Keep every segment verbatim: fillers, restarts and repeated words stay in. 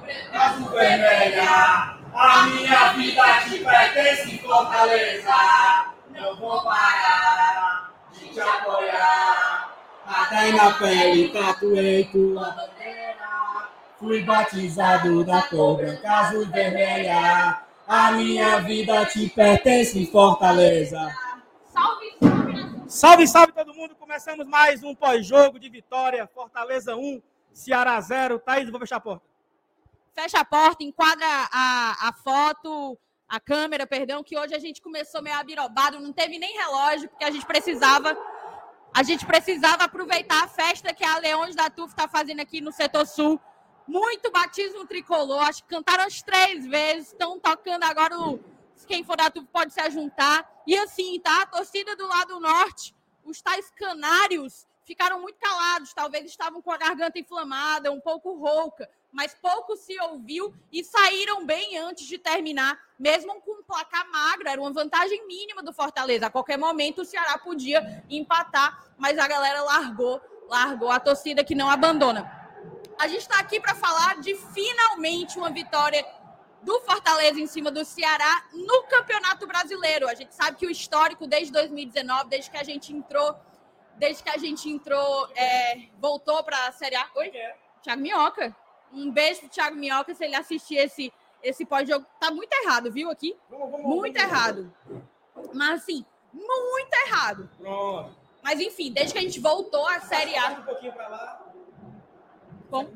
Azul vermelha, a minha vida te pertence, Fortaleza. Não vou parar de te apoiar. Até na pele tatuei tua bandeira. Fui batizado da cor branca, azul e vermelha. A minha vida te pertence, Fortaleza. Salve, salve! Salve, salve todo mundo! Começamos mais um pós-jogo de vitória. Fortaleza um, Ceará zero. Thaís, vou fechar a porta. Fecha a porta, enquadra a, a foto, a câmera, perdão, que hoje a gente começou meio abirobado, não teve nem relógio, porque a gente precisava, a gente precisava aproveitar a festa que a Leões da Tuf está fazendo aqui no Setor Sul. Muito batismo tricolor, acho que cantaram as três vezes, estão tocando agora, o, quem for da Tuf pode se ajuntar. E assim, tá? A torcida do lado norte, os tais canários, ficaram muito calados, talvez estavam com a garganta inflamada, um pouco rouca, mas pouco se ouviu e saíram bem antes de terminar, mesmo com um placar magro, era uma vantagem mínima do Fortaleza. A qualquer momento o Ceará podia empatar, mas a galera largou, largou a torcida que não abandona. A gente está aqui para falar de finalmente uma vitória do Fortaleza em cima do Ceará no Campeonato Brasileiro. A gente sabe que o histórico desde dois mil e dezenove, desde que a gente entrou, desde que a gente entrou, é, voltou para a Série A. Oi? Thiago Minhoca. Um beijo pro Thiago Minhoca, se ele assistir esse, esse pós-jogo. Tá muito errado, viu, aqui? Vamos, vamos, muito vamos, errado. Vamos. Mas, assim, muito errado. Pronto. Mas, enfim, desde que a gente voltou à Série A... Um pouquinho pra lá. Bom.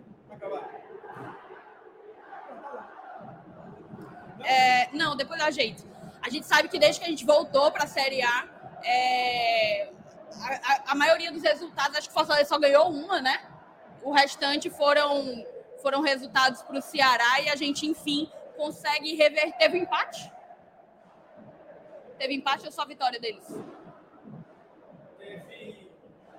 É, não, depois dá jeito. A gente sabe que desde que a gente voltou para a Série A, é, a, a, a maioria dos resultados, acho que o Fortaleza só ganhou uma, né? O restante foram... foram resultados para o Ceará e a gente, enfim, consegue reverter. Teve um empate? Teve empate ou só vitória deles? Teve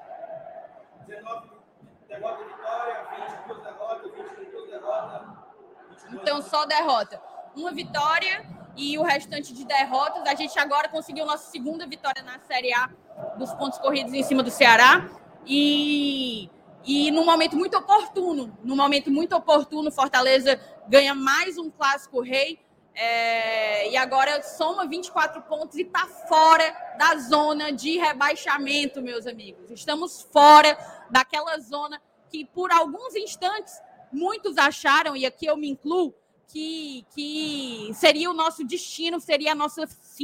dezenove derrotas de vitória, vinte e duas derrotas, vinte e duas derrotas. Então, só derrota. Uma vitória e o restante de derrotas. A gente agora conseguiu nossa segunda vitória na Série A dos pontos corridos em cima do Ceará. E... E num momento muito oportuno, num momento muito oportuno, Fortaleza ganha mais um clássico rei é, e agora soma vinte e quatro pontos e está fora da zona de rebaixamento, meus amigos. Estamos fora daquela zona que por alguns instantes muitos acharam, e aqui eu me incluo, que, que seria o nosso destino, seria a nossa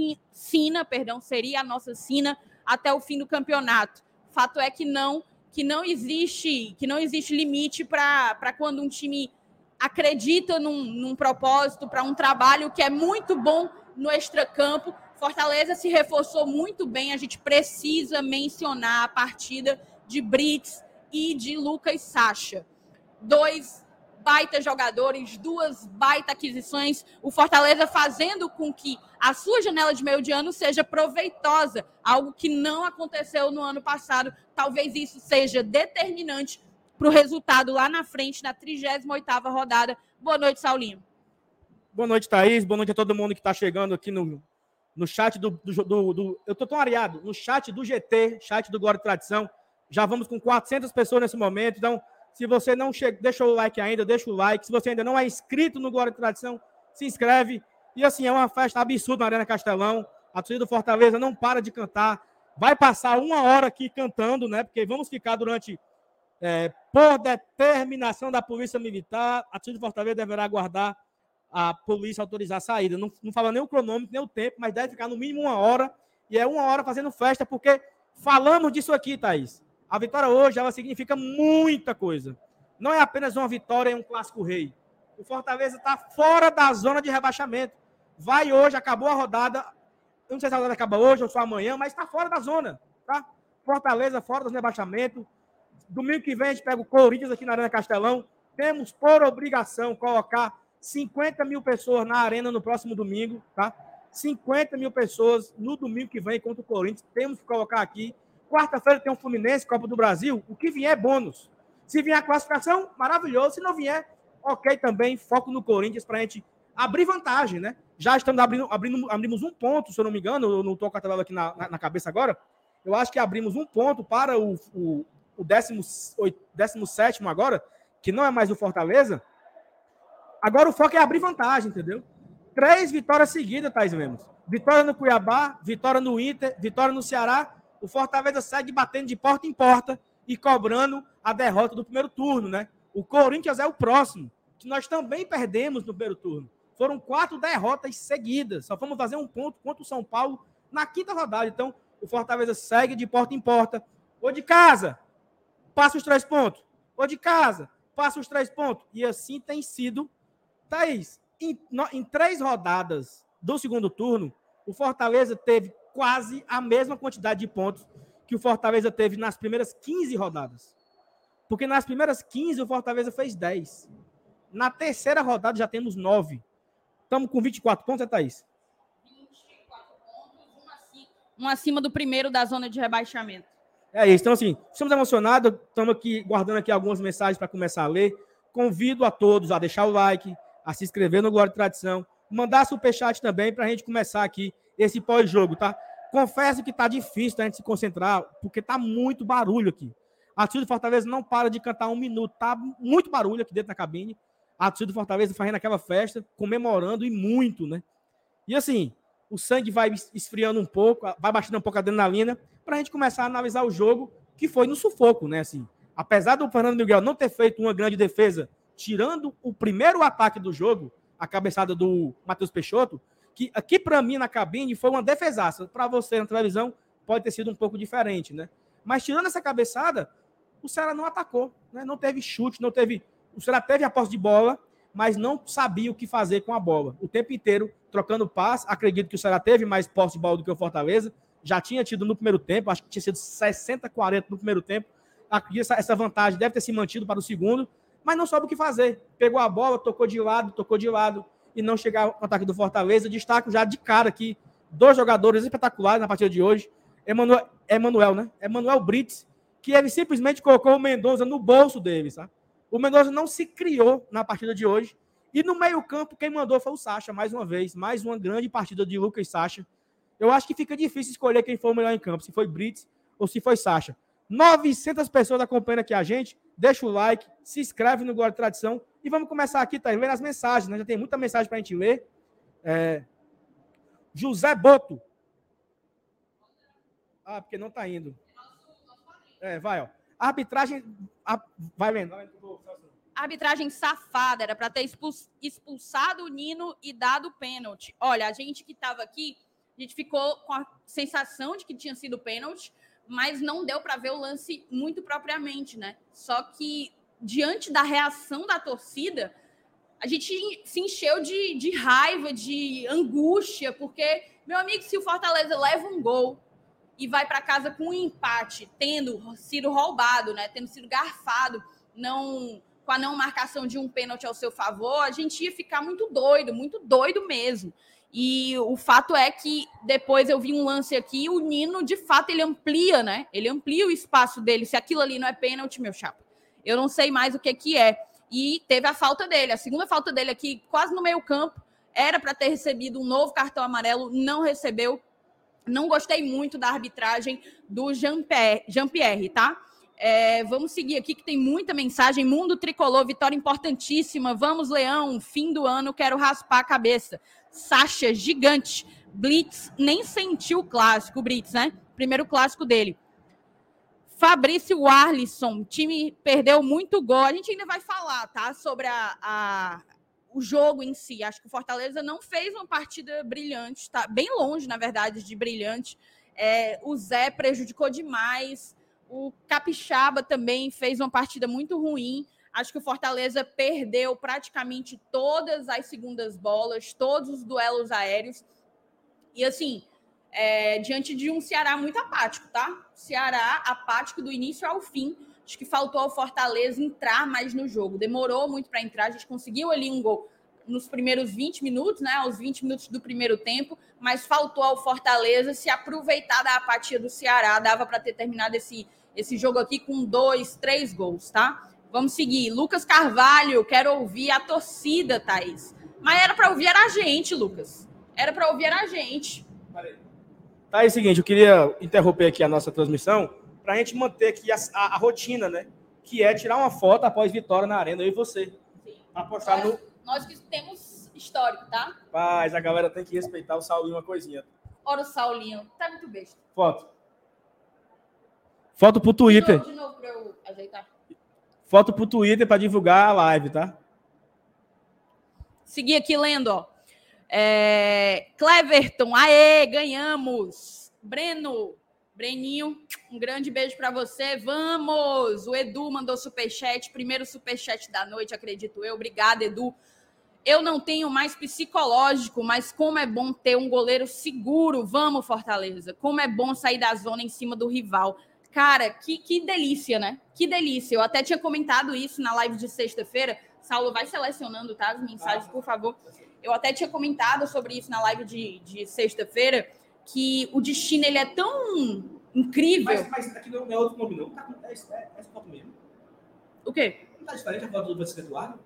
sina, perdão, seria a nossa sina até o fim do campeonato. Fato é que não. que não existe, que não existe limite para quando um time acredita num, num propósito, para um trabalho que é muito bom no extracampo. Fortaleza se reforçou muito bem, a gente precisa mencionar a partida de Brits e de Lucas Sacha. Dois baita jogadores, duas baita aquisições, o Fortaleza fazendo com que a sua janela de meio de ano seja proveitosa, algo que não aconteceu no ano passado. Talvez isso seja determinante para o resultado lá na frente, na trigésima oitava rodada. Boa noite, Saulinho. Boa noite, Thaís. Boa noite a todo mundo que está chegando aqui no, no chat do, do, do, do... Eu estou tão areado. No chat do G T, chat do Glória e Tradição. Já vamos com quatrocentas pessoas nesse momento, então... Se você não chega, deixa o like ainda, deixa o like. Se você ainda não é inscrito no Glória e Tradição, se inscreve. E assim, é uma festa absurda na Arena Castelão. A torcida do Fortaleza não para de cantar. Vai passar uma hora aqui cantando, né? Porque vamos ficar durante, é, por determinação da Polícia Militar, a torcida do Fortaleza deverá aguardar a polícia autorizar a saída. Não, não fala nem o cronômetro, nem o tempo, mas deve ficar no mínimo uma hora. E é uma hora fazendo festa, porque falamos disso aqui, Thaís. A vitória hoje, ela significa muita coisa. Não é apenas uma vitória em um clássico rei. O Fortaleza está fora da zona de rebaixamento. Vai hoje, acabou a rodada. Eu não sei se a rodada acaba hoje ou só amanhã, mas está fora da zona. Tá? Fortaleza fora do rebaixamento. Domingo que vem a gente pega o Corinthians aqui na Arena Castelão. Temos por obrigação colocar cinquenta mil pessoas na arena no próximo domingo. Tá? cinquenta mil pessoas no domingo que vem contra o Corinthians. Temos que colocar aqui. Quarta-feira tem um Fluminense, Copa do Brasil. O que vier é bônus. Se vier a classificação, maravilhoso. Se não vier, ok também. Foco no Corinthians para a gente abrir vantagem, né? Já estamos abrindo, abrindo abrimos um ponto, se eu não me engano. Eu não estou com a tabela aqui na, na, na cabeça agora. Eu acho que abrimos um ponto para o, o, o décimo sétimo agora, que não é mais o Fortaleza. Agora o foco é abrir vantagem, entendeu? Três vitórias seguidas, Thaís Lemos. Vitória no Cuiabá, vitória no Inter, vitória no Ceará. O Fortaleza segue batendo de porta em porta e cobrando a derrota do primeiro turno, né? O Corinthians é o próximo, que nós também perdemos no primeiro turno. Foram quatro derrotas seguidas. Só fomos fazer um ponto contra o São Paulo na quinta rodada. Então, o Fortaleza segue de porta em porta. Ou de casa, passa os três pontos. Ou de casa, passa os três pontos. E assim tem sido. Thaís, em, no, em três rodadas do segundo turno, o Fortaleza teve quase a mesma quantidade de pontos que o Fortaleza teve nas primeiras quinze rodadas. Porque nas primeiras quinze, o Fortaleza fez dez. Na terceira rodada, já temos nove. Estamos com vinte e quatro pontos, é, Thaís? vinte e quatro pontos, um acima, um acima do primeiro da zona de rebaixamento. É isso. Então, assim, estamos emocionados. Estamos aqui guardando aqui algumas mensagens para começar a ler. Convido a todos a deixar o like, a se inscrever no Glória e Tradição, mandar superchat também para a gente começar aqui esse pós-jogo, tá? Confesso que tá difícil a gente se concentrar, porque tá muito barulho aqui. A torcida do Fortaleza não para de cantar um minuto, tá muito barulho aqui dentro da cabine. A torcida do Fortaleza fazendo aquela festa, comemorando e muito, né? E assim, o sangue vai esfriando um pouco, vai baixando um pouco a adrenalina, para a gente começar a analisar o jogo, que foi no sufoco, né? Assim, apesar do Fernando Miguel não ter feito uma grande defesa, tirando o primeiro ataque do jogo, a cabeçada do Matheus Peixoto, que aqui para mim na cabine foi uma defesaça. Para você na televisão pode ter sido um pouco diferente, né? Mas tirando essa cabeçada, o Ceará não atacou, né? Não teve chute, não teve... O Ceará teve a posse de bola, mas não sabia o que fazer com a bola. O tempo inteiro trocando passe. Acredito que o Ceará teve mais posse de bola do que o Fortaleza. Já tinha tido no primeiro tempo, acho que tinha sido sessenta a quarenta no primeiro tempo. Acredito que essa vantagem deve ter se mantido para o segundo, mas não soube o que fazer. Pegou a bola, tocou de lado, tocou de lado e não chegar ao ataque do Fortaleza. Destaco já de cara aqui dois jogadores espetaculares na partida de hoje. Emanuel, Emanuel né? Emanuel Brits, que ele simplesmente colocou o Mendonça no bolso dele, sabe? O Mendonça não se criou na partida de hoje. E no meio-campo, quem mandou foi o Sacha, mais uma vez. Mais uma grande partida de Lucas Sacha. Eu acho que fica difícil escolher quem foi o melhor em campo, se foi Brits ou se foi Sacha. novecentas pessoas acompanhando aqui a gente. Deixa o like, se inscreve no Glória e Tradição. E vamos começar aqui, tá? Lendo as mensagens, né? Já tem muita mensagem pra gente ler. É... José Boto. Ah, porque não tá indo. É, vai, ó. Arbitragem... A... Vai vendo. Arbitragem safada. Era para ter expulsado o Nino e dado pênalti. Olha, a gente que estava aqui, a gente ficou com a sensação de que tinha sido pênalti, mas não deu para ver o lance muito propriamente, né? Só que, diante da reação da torcida, a gente se encheu de, de raiva, de angústia, porque, meu amigo, se o Fortaleza leva um gol e vai para casa com um empate, tendo sido roubado, né? Tendo sido garfado, não, com a não marcação de um pênalti ao seu favor, a gente ia ficar muito doido, muito doido mesmo. E o fato é que depois eu vi um lance aqui, o Nino, de fato, ele amplia, né? Ele amplia o espaço dele. Se aquilo ali não é pênalti, meu chapa, eu não sei mais o que que é. E teve a falta dele, a segunda falta dele aqui, quase no meio campo. Era para ter recebido um novo cartão amarelo, não recebeu. Não gostei muito da arbitragem do Jean-Pierre, Jean-Pierre, tá? É, vamos seguir aqui que tem muita mensagem. Mundo Tricolor, vitória importantíssima. Vamos, Leão, fim do ano, quero raspar a cabeça. Sacha, gigante. Blitz nem sentiu o clássico, o Blitz, né? Primeiro clássico dele. Fabrício Warlisson, time perdeu muito gol. A gente ainda vai falar, tá? Sobre a, a, o jogo em si. Acho que o Fortaleza não fez uma partida brilhante, tá? Bem longe, na verdade, de brilhante. É, o Zé prejudicou demais. O Capixaba também fez uma partida muito ruim. Acho que o Fortaleza perdeu praticamente todas as segundas bolas, todos os duelos aéreos. E, assim, é, diante de um Ceará muito apático, tá? Ceará apático do início ao fim. Acho que faltou ao Fortaleza entrar mais no jogo. Demorou muito para entrar. A gente conseguiu ali um gol nos primeiros vinte minutos, né? Aos vinte minutos do primeiro tempo. Mas faltou ao Fortaleza se aproveitar da apatia do Ceará. Dava para ter terminado esse, esse jogo aqui com dois, três gols, tá? Vamos seguir. Lucas Carvalho, quero ouvir a torcida, Thaís. Mas era para ouvir era a gente, Lucas. Era para ouvir era a gente. Tá, é o seguinte, eu queria interromper aqui a nossa transmissão para a gente manter aqui a, a, a rotina, né? Que é tirar uma foto após vitória na arena, eu e você. Para postar no, Nós que temos histórico, tá? Paz, a galera tem que respeitar o Saulinho uma coisinha. Ora, o Saulinho, tá muito besta. Foto. Foto pro Twitter. De novo, de novo pra eu ajeitar. Foto pro Twitter pra divulgar a live, tá? Seguir aqui lendo, ó. É... Cleverton, aê, ganhamos. Breno, Breninho, um grande beijo pra você. Vamos! O Edu mandou superchat, primeiro superchat da noite, acredito eu. Obrigada, Edu. Eu não tenho mais psicológico, mas como é bom ter um goleiro seguro. Vamos, Fortaleza. Como é bom sair da zona em cima do rival. Cara, que, que delícia, né? Que delícia. Eu até tinha comentado isso na live de sexta-feira. Saulo, vai selecionando, tá? As mensagens, por favor. Eu até tinha comentado sobre isso na live de, de sexta-feira, que o destino, ele é tão incrível. Mas, mas aqui não é outro nome, não. É essa é, é foto mesmo. O quê? Não tá diferente a foto do Francisco Eduardo?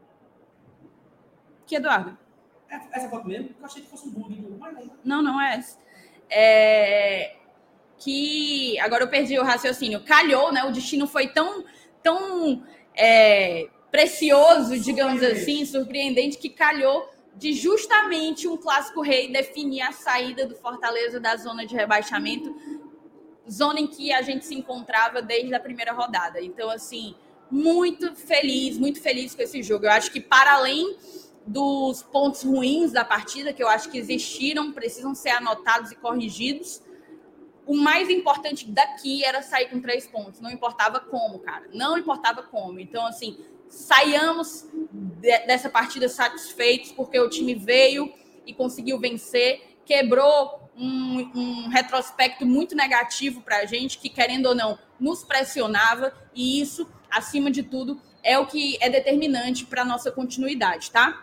Que Eduardo? É, essa foto mesmo? Eu achei que fosse um bug. Não, não é essa. É... Que agora eu perdi o raciocínio. Calhou, né? O destino foi tão, tão é, precioso, digamos assim, surpreendente, que calhou de justamente um clássico rei definir a saída do Fortaleza da zona de rebaixamento, zona em que a gente se encontrava desde a primeira rodada. Então, assim, muito feliz, muito feliz com esse jogo. Eu acho que, para além dos pontos ruins da partida, que eu acho que existiram, precisam ser anotados e corrigidos, o mais importante daqui era sair com três pontos. Não importava como, cara. Não importava como. Então, assim, saiamos de, dessa partida satisfeitos, porque o time veio e conseguiu vencer, quebrou um, um retrospecto muito negativo para a gente, que, querendo ou não, nos pressionava. E isso, acima de tudo, é o que é determinante para a nossa continuidade, tá?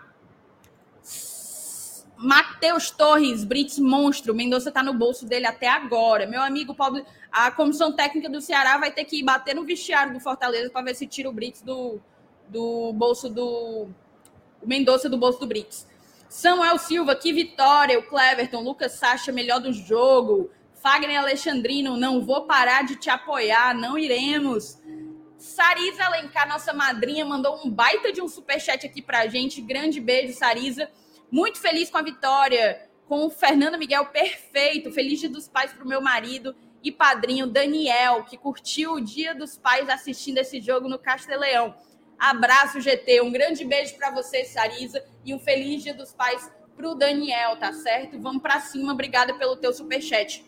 Matheus Torres, Brits monstro, Mendonça tá no bolso dele até agora. Meu amigo Paulo, a comissão técnica do Ceará vai ter que ir bater no vestiário do Fortaleza para ver se tira o Brits do, do bolso do... O Mendonça do bolso do Brits. Samuel Silva, que vitória. O Cleverton, Lucas Sacha, melhor do jogo. Fagner Alexandrino, não vou parar de te apoiar, não iremos. Sarisa Alencar, nossa madrinha, mandou um baita de um superchat aqui pra gente. Grande beijo, Sarisa. Muito feliz com a vitória, com o Fernando Miguel perfeito. Feliz Dia dos Pais para o meu marido e padrinho Daniel, que curtiu o Dia dos Pais assistindo esse jogo no Castelão. Abraço, G T. Um grande beijo para você, Sarisa, e um feliz Dia dos Pais para o Daniel, tá certo? Vamos para cima. Obrigada pelo teu superchat.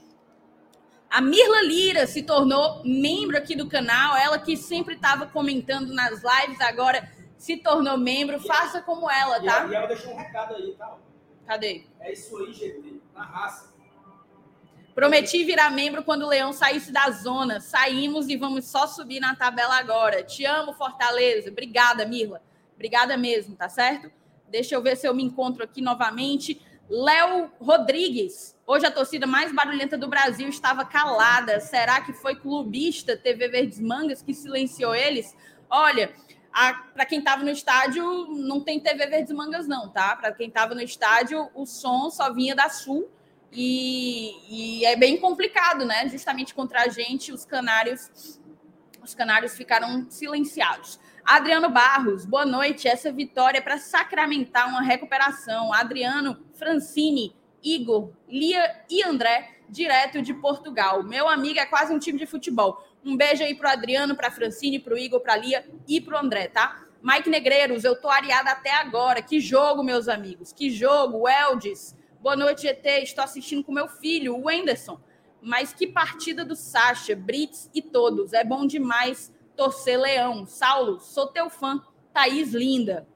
A Mirla Lira se tornou membro aqui do canal. Ela que sempre estava comentando nas lives, agora se tornou membro, faça como ela, tá? E ela deixou um recado aí, tá? Cadê? É isso aí, G T, na raça. Prometi virar membro quando o Leão saísse da zona. Saímos e vamos só subir na tabela agora. Te amo, Fortaleza. Obrigada, Mirla. Obrigada mesmo, tá certo? Deixa eu ver se eu me encontro aqui novamente. Léo Rodrigues. Hoje a torcida mais barulhenta do Brasil estava calada. Será que foi clubista T V Verdes Mangas que silenciou eles? Olha... Para quem estava no estádio, não tem T V Verdes Mangas, não, tá? Para quem estava no estádio, o som só vinha da Sul e, e é bem complicado, né? Justamente contra a gente, os canários, os canários ficaram silenciados. Adriano Barros, boa noite. Essa vitória é para sacramentar uma recuperação. Adriano, Francine, Igor, Lia e André, direto de Portugal. Meu amigo, é quase um time de futebol. Um beijo aí pro Adriano, pra Francine, pro Igor, pra Lia e pro André, tá? Mike Negreiros, eu tô areada até agora. Que jogo, meus amigos. Que jogo. Eldes, boa noite, G T. Estou assistindo com meu filho, o Wenderson. Mas que partida do Sacha, Brits e todos. É bom demais torcer Leão. Saulo, sou teu fã. Thaís, linda.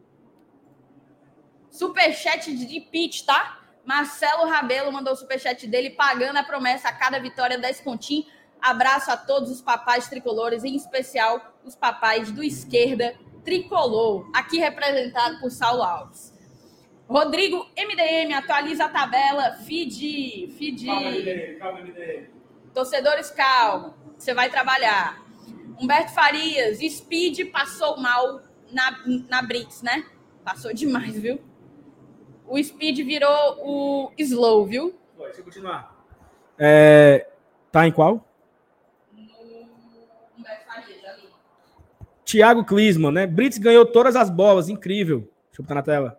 Superchat de pitch, tá? Marcelo Rabelo mandou o superchat dele, pagando a promessa a cada vitória dez pontinhos. Abraço a todos os papais tricolores, em especial os papais do Esquerda Tricolor, aqui representado por Saulo Alves. Rodrigo M D M, atualiza a tabela. Feed, feed. Calma, M D M, calma, M D M. Torcedores, calma, você vai trabalhar. Humberto Farias, Speed passou mal na, na Brits, né? Passou demais, viu? O Speed virou o Slow, viu? Deixa eu continuar. É, tá em qual? Thiago Klinsmann, né? Brits ganhou todas as bolas, incrível. Deixa eu botar na tela.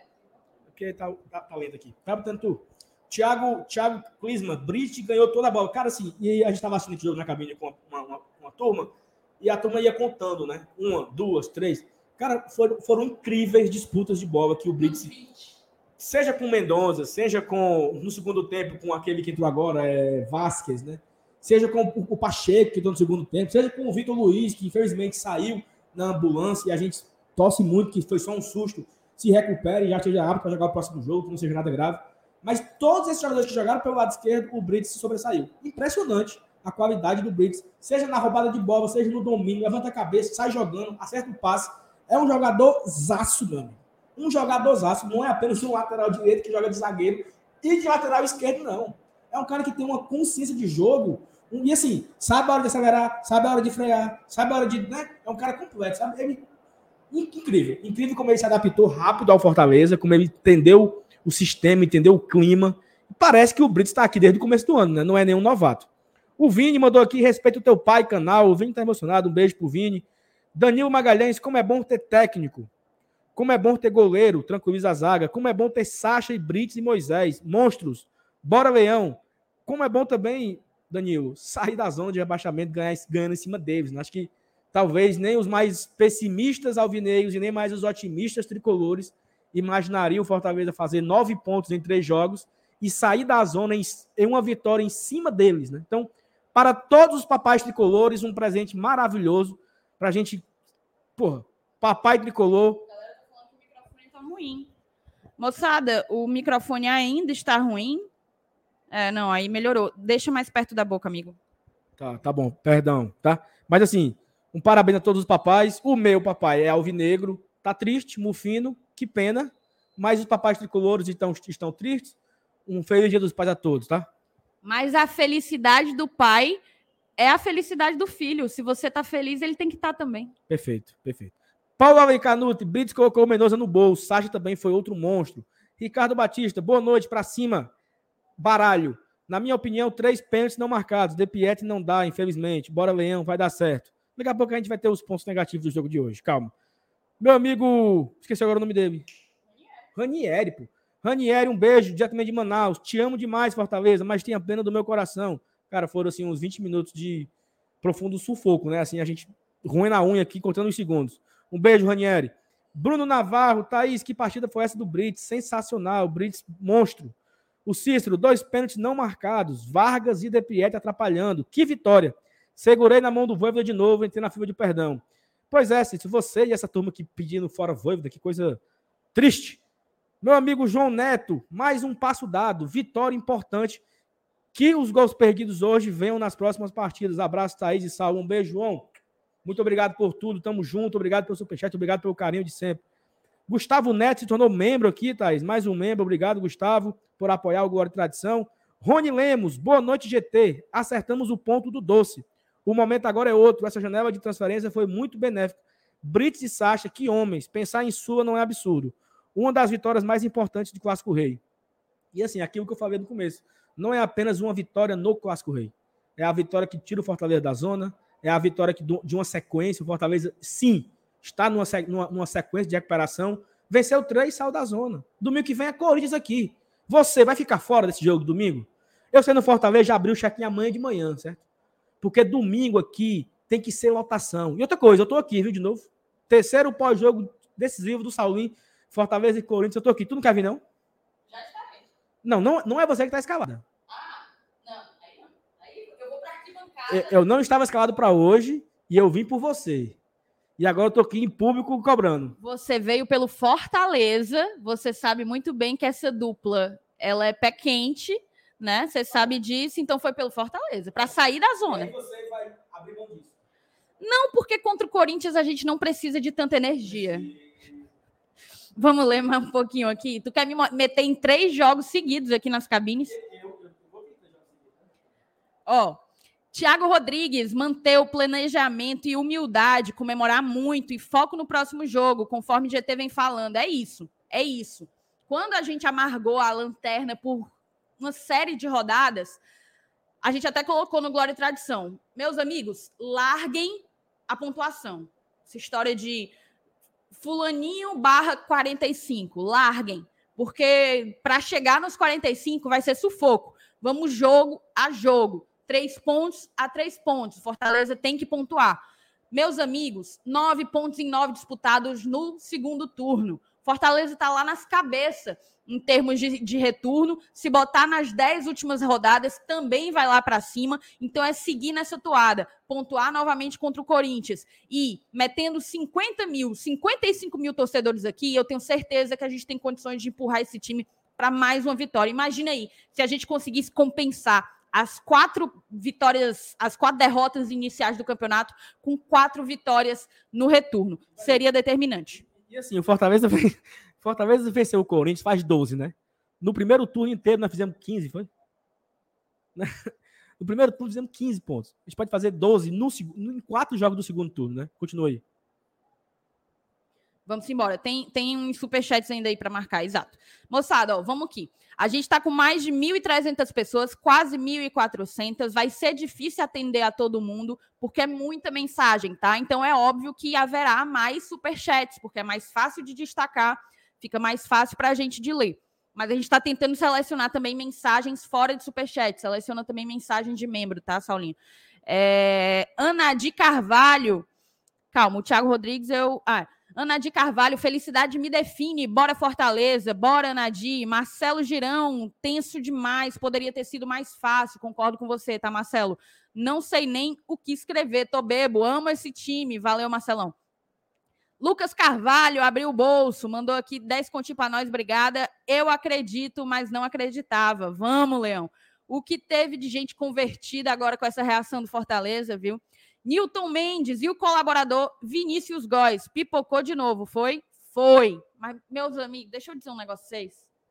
Porque tá, tá, tá lento aqui. Vai botando tu. Thiago, Thiago Klinsmann, Brits ganhou toda a bola. Cara, assim, e a gente tava assistindo esse jogo na cabine com uma, uma, uma turma, e a turma ia contando, né? Uma, duas, três. Cara, foram, foram incríveis disputas de bola que o Brits, seja com o Mendonça, seja com, no segundo tempo, com aquele que entrou agora, é Vasquez, né? Seja com o, o Pacheco, que entrou no segundo tempo, seja com o Vitor Luiz, que infelizmente saiu na ambulância, e a gente torce muito que foi só um susto, se recupere e já esteja apto para jogar o próximo jogo, que não seja nada grave. Mas todos esses jogadores que jogaram pelo lado esquerdo, o Brits se sobressaiu. Impressionante a qualidade do Brits, seja na roubada de bola, seja no domínio, levanta a cabeça, sai jogando, acerta o passe. É um jogador zaço, meu amigo. Um jogador zaço, não é apenas um lateral direito que joga de zagueiro e de lateral esquerdo, não. É um cara que tem uma consciência de jogo, e assim, sabe a hora de acelerar, sabe a hora de frear, sabe a hora de... Né? É um cara completo, sabe? Ele... Incrível. Incrível como ele se adaptou rápido ao Fortaleza, como ele entendeu o sistema, entendeu o clima. Parece que o Brits está aqui desde o começo do ano, né? Não é nenhum novato. O Vini mandou aqui, respeita o teu pai, canal. O Vini tá emocionado, um beijo pro Vini. Danilo Magalhães, como é bom ter técnico. Como é bom ter goleiro, tranquiliza a zaga. Como é bom ter Sacha e Brits e Moisés. Monstros. Bora, Leão. Como é bom também, Danilo, sair da zona de rebaixamento ganhar, ganhando em cima deles. Acho que talvez nem os mais pessimistas alvinegros e nem mais os otimistas tricolores imaginariam o Fortaleza fazer nove pontos em três jogos e sair da zona em, em uma vitória em cima deles, né? Então, para todos os papais tricolores, um presente maravilhoso para a gente... Porra, papai tricolor... A galera tá falando que o microfone tá ruim. Moçada, o microfone ainda está ruim? É, não, aí melhorou. Deixa mais perto da boca, amigo. Tá, tá bom, perdão, tá? Mas assim, um parabéns a todos os papais. O meu papai é alvinegro, tá triste, mufino, que pena. Mas os papais tricolores estão, estão tristes. Um feliz dia dos pais a todos, tá? Mas a felicidade do pai é a felicidade do filho. Se você tá feliz, ele tem que estar também. Perfeito, perfeito. Paulo Alencanuti, Brits colocou o Mendonça no bolso. Sacha também foi outro monstro. Ricardo Batista, boa noite, pra cima. Baralho. Na minha opinião, três pênaltis não marcados. De Pietri não dá, infelizmente. Bora, Leão, vai dar certo. Daqui a pouco a gente vai ter os pontos negativos do jogo de hoje. Calma. Meu amigo... Esqueci agora o nome dele. Ranieri, pô. Ranieri, um beijo, diretamente de Manaus. Te amo demais, Fortaleza, mas tenha pena do meu coração. Cara, foram assim uns vinte minutos de profundo sufoco, né? Assim, a gente ruim na unha aqui, contando os segundos. Um beijo, Ranieri. Bruno Navarro, Thaís, que partida foi essa do Brits? Sensacional, Brits, monstro. O Cícero, dois pênaltis não marcados. Vargas e De Pietri atrapalhando. Que vitória. Segurei na mão do Voivoda de novo, entrei na fila de perdão. Pois é, Cícero, você e essa turma aqui pedindo fora Voivoda, que coisa triste. Meu amigo João Neto, mais um passo dado. Vitória importante. Que os gols perdidos hoje venham nas próximas partidas. Abraço, Thaís e Saúl. Um beijo, João. Muito obrigado por tudo. Tamo junto. Obrigado pelo superchat. Obrigado pelo carinho de sempre. Gustavo Neto se tornou membro aqui, Thaís. Mais um membro. Obrigado, Gustavo, por apoiar o Glória e Tradição. Rony Lemos, boa noite, G T. Acertamos o ponto do doce. O momento agora é outro. Essa janela de transferência foi muito benéfica. Brits e Sacha, que homens. Pensar em Sula não é absurdo. Uma das vitórias mais importantes do Clássico Rei. E assim, aquilo que eu falei no começo. Não é apenas uma vitória no Clássico Rei. É a vitória que tira o Fortaleza da zona. É a vitória que, de uma sequência. O Fortaleza, sim, está numa, numa, numa sequência de recuperação. Venceu três e saiu da zona. Domingo que vem é Corinthians aqui. Você vai ficar fora desse jogo domingo? Eu sendo Fortaleza já abri o check-in amanhã de manhã, certo? Porque domingo aqui tem que ser lotação. E outra coisa, eu tô aqui, viu, de novo. Terceiro pós-jogo decisivo do Saulinho. Fortaleza e Corinthians, eu tô aqui. Tu não quer vir, não? Já estarei. Não, não, não é você que tá escalada. Ah, não. Aí não. Aí eu vou pra arquibancada. Eu, eu não estava escalado para hoje e eu vim por você. E agora eu tô aqui em público cobrando. Você veio pelo Fortaleza. Você sabe muito bem que essa dupla, ela é pé quente, né? Você sabe disso, então foi pelo Fortaleza, para sair da zona. E aí você vai abrir mão disso. Não, porque contra o Corinthians a gente não precisa de tanta energia. Vamos ler mais um pouquinho aqui. Tu quer me meter em três jogos seguidos aqui nas cabines? Ó, Thiago Rodrigues, manter o planejamento e humildade, comemorar muito e foco no próximo jogo, conforme o G T vem falando. É isso, é isso. Quando a gente amargou a lanterna por uma série de rodadas, a gente até colocou no Glória e Tradição. Meus amigos, larguem a pontuação. Essa história de fulaninho barra quarenta e cinco, larguem, porque para chegar nos quarenta e cinco vai ser sufoco. Vamos jogo a jogo, três pontos a três pontos. Fortaleza tem que pontuar. Meus amigos, nove pontos em nove disputados no segundo turno. Fortaleza está lá nas cabeças em termos de, de retorno. Se botar nas dez últimas rodadas, também vai lá para cima. Então é seguir nessa toada, pontuar novamente contra o Corinthians. E metendo cinquenta mil, cinquenta e cinco mil torcedores aqui, eu tenho certeza que a gente tem condições de empurrar esse time para mais uma vitória. Imagina aí, se a gente conseguisse compensar as quatro vitórias, as quatro derrotas iniciais do campeonato com quatro vitórias no retorno. Seria determinante. E assim, o Fortaleza, Fortaleza venceu o Corinthians faz doze, né? No primeiro turno inteiro nós fizemos quinze, foi? No primeiro turno fizemos quinze pontos. A gente pode fazer doze no, em quatro jogos do segundo turno, né? Continua aí. Vamos embora. Tem, tem uns superchats ainda aí para marcar, exato. Moçada, ó, vamos aqui. A gente está com mais de mil e trezentas pessoas, quase mil e quatrocentas. Vai ser difícil atender a todo mundo, porque é muita mensagem, tá? Então é óbvio que haverá mais superchats, porque é mais fácil de destacar, fica mais fácil para a gente de ler. Mas a gente está tentando selecionar também mensagens fora de superchat. Seleciona também mensagem de membro, tá, Saulinho? É... Ana de Carvalho. Calma, o Thiago Rodrigues, eu... Ah, Ana de Carvalho, felicidade me define, bora Fortaleza, bora Nadir, Marcelo Girão, tenso demais, poderia ter sido mais fácil, concordo com você, tá, Marcelo? Não sei nem o que escrever, tô bebo, amo esse time, valeu, Marcelão. Lucas Carvalho, abriu o bolso, mandou aqui dez continhos para nós, obrigada, eu acredito, mas não acreditava, vamos, Leão. O que teve de gente convertida agora com essa reação do Fortaleza, viu? Nilton Mendes e o colaborador Vinícius Góes. Pipocou de novo, foi? Foi. Mas, meus amigos, deixa eu dizer um negócio pra vocês.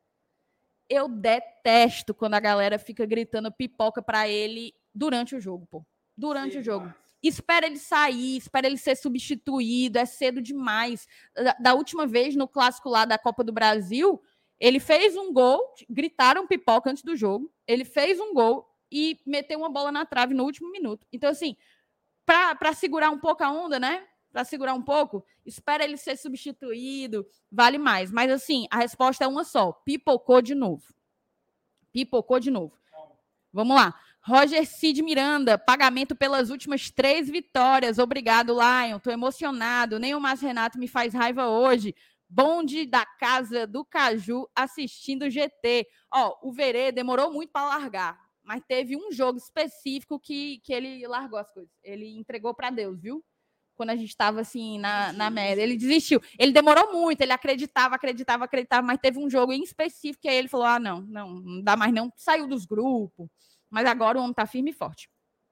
Eu detesto quando a galera fica gritando pipoca pra ele durante o jogo, pô. Durante Sim, o jogo. Mas... Espera ele sair, espera ele ser substituído, é cedo demais. Da, da última vez, no clássico lá da Copa do Brasil, ele fez um gol, gritaram pipoca antes do jogo, ele fez um gol e meteu uma bola na trave no último minuto. Então, assim... Para segurar um pouco a onda, né? Para segurar um pouco, espera ele ser substituído, vale mais. Mas, assim, a resposta é uma só. Pipocou de novo. Pipocou de novo. Vamos lá. Roger Cid Miranda, pagamento pelas últimas três vitórias. Obrigado, Lion. Estou emocionado. Nem o Márcio Renato me faz raiva hoje. Bonde da Casa do Caju assistindo o G T. Ó, o Verê demorou muito para largar. Mas teve um jogo específico que, que ele largou as coisas. Ele entregou para Deus, viu? Quando a gente estava assim na, na merda. Ele desistiu. Ele demorou muito, ele acreditava, acreditava, acreditava, mas teve um jogo em específico que aí ele falou: ah, não, não, não dá mais não. Saiu dos grupos. Mas agora o homem está firme e forte.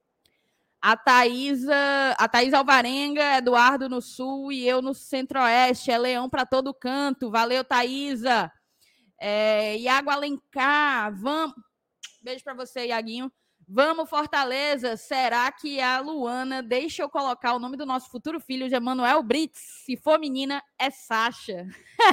A Thaísa, a Thaís Alvarenga, Eduardo no Sul e eu no Centro-Oeste. É Leão para todo canto. Valeu, Thaísa. É, Iago Alencar, vamos... Beijo para você, Iaguinho. Vamos, Fortaleza. Será que a Luana deixa eu colocar o nome do nosso futuro filho de Emanuel Brits? Se for menina, é Sasha.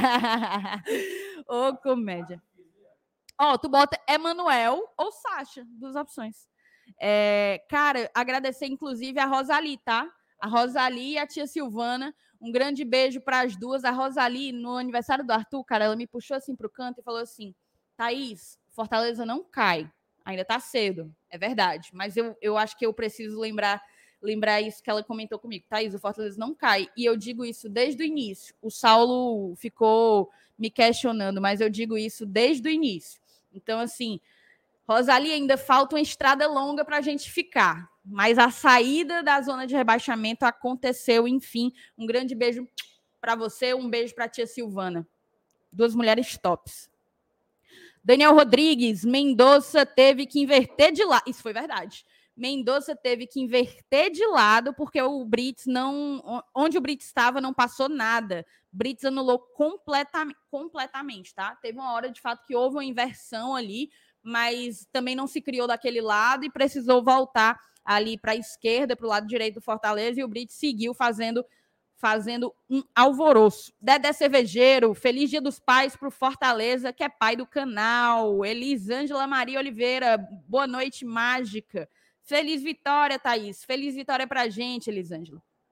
Ô, oh, comédia. Ó, oh, tu bota Emanuel ou Sasha, duas opções. É, cara, agradecer inclusive a Rosali, tá? A Rosali e a tia Silvana. Um grande beijo para as duas. A Rosali, no aniversário do Arthur, cara, ela me puxou assim pro canto e falou assim: Thaís, Fortaleza não cai. Ainda tá cedo, é verdade. Mas eu, eu acho que eu preciso lembrar, lembrar isso que ela comentou comigo. Thaís, o Fortaleza não cai. E eu digo isso desde o início. O Saulo ficou me questionando, mas eu digo isso desde o início. Então, assim, Rosali, ainda falta uma estrada longa para a gente ficar. Mas a saída da zona de rebaixamento aconteceu, enfim. Um grande beijo para você, um beijo para a tia Silvana. Duas mulheres tops. Daniel Rodrigues, Mendonça teve que inverter de lado. Isso foi verdade. Mendonça teve que inverter de lado porque o Brits não... Onde o Brits estava não passou nada. Brits anulou completamente, completamente, tá? Teve uma hora, de fato, que houve uma inversão ali, mas também não se criou daquele lado e precisou voltar ali para a esquerda, para o lado direito do Fortaleza, e o Brits seguiu fazendo... fazendo um alvoroço. Dedé Cervejeiro, feliz Dia dos Pais para o Fortaleza, que é pai do canal. Elisângela Maria Oliveira, boa noite, mágica. Feliz vitória, Thaís. Feliz vitória para a gente, Elisângela.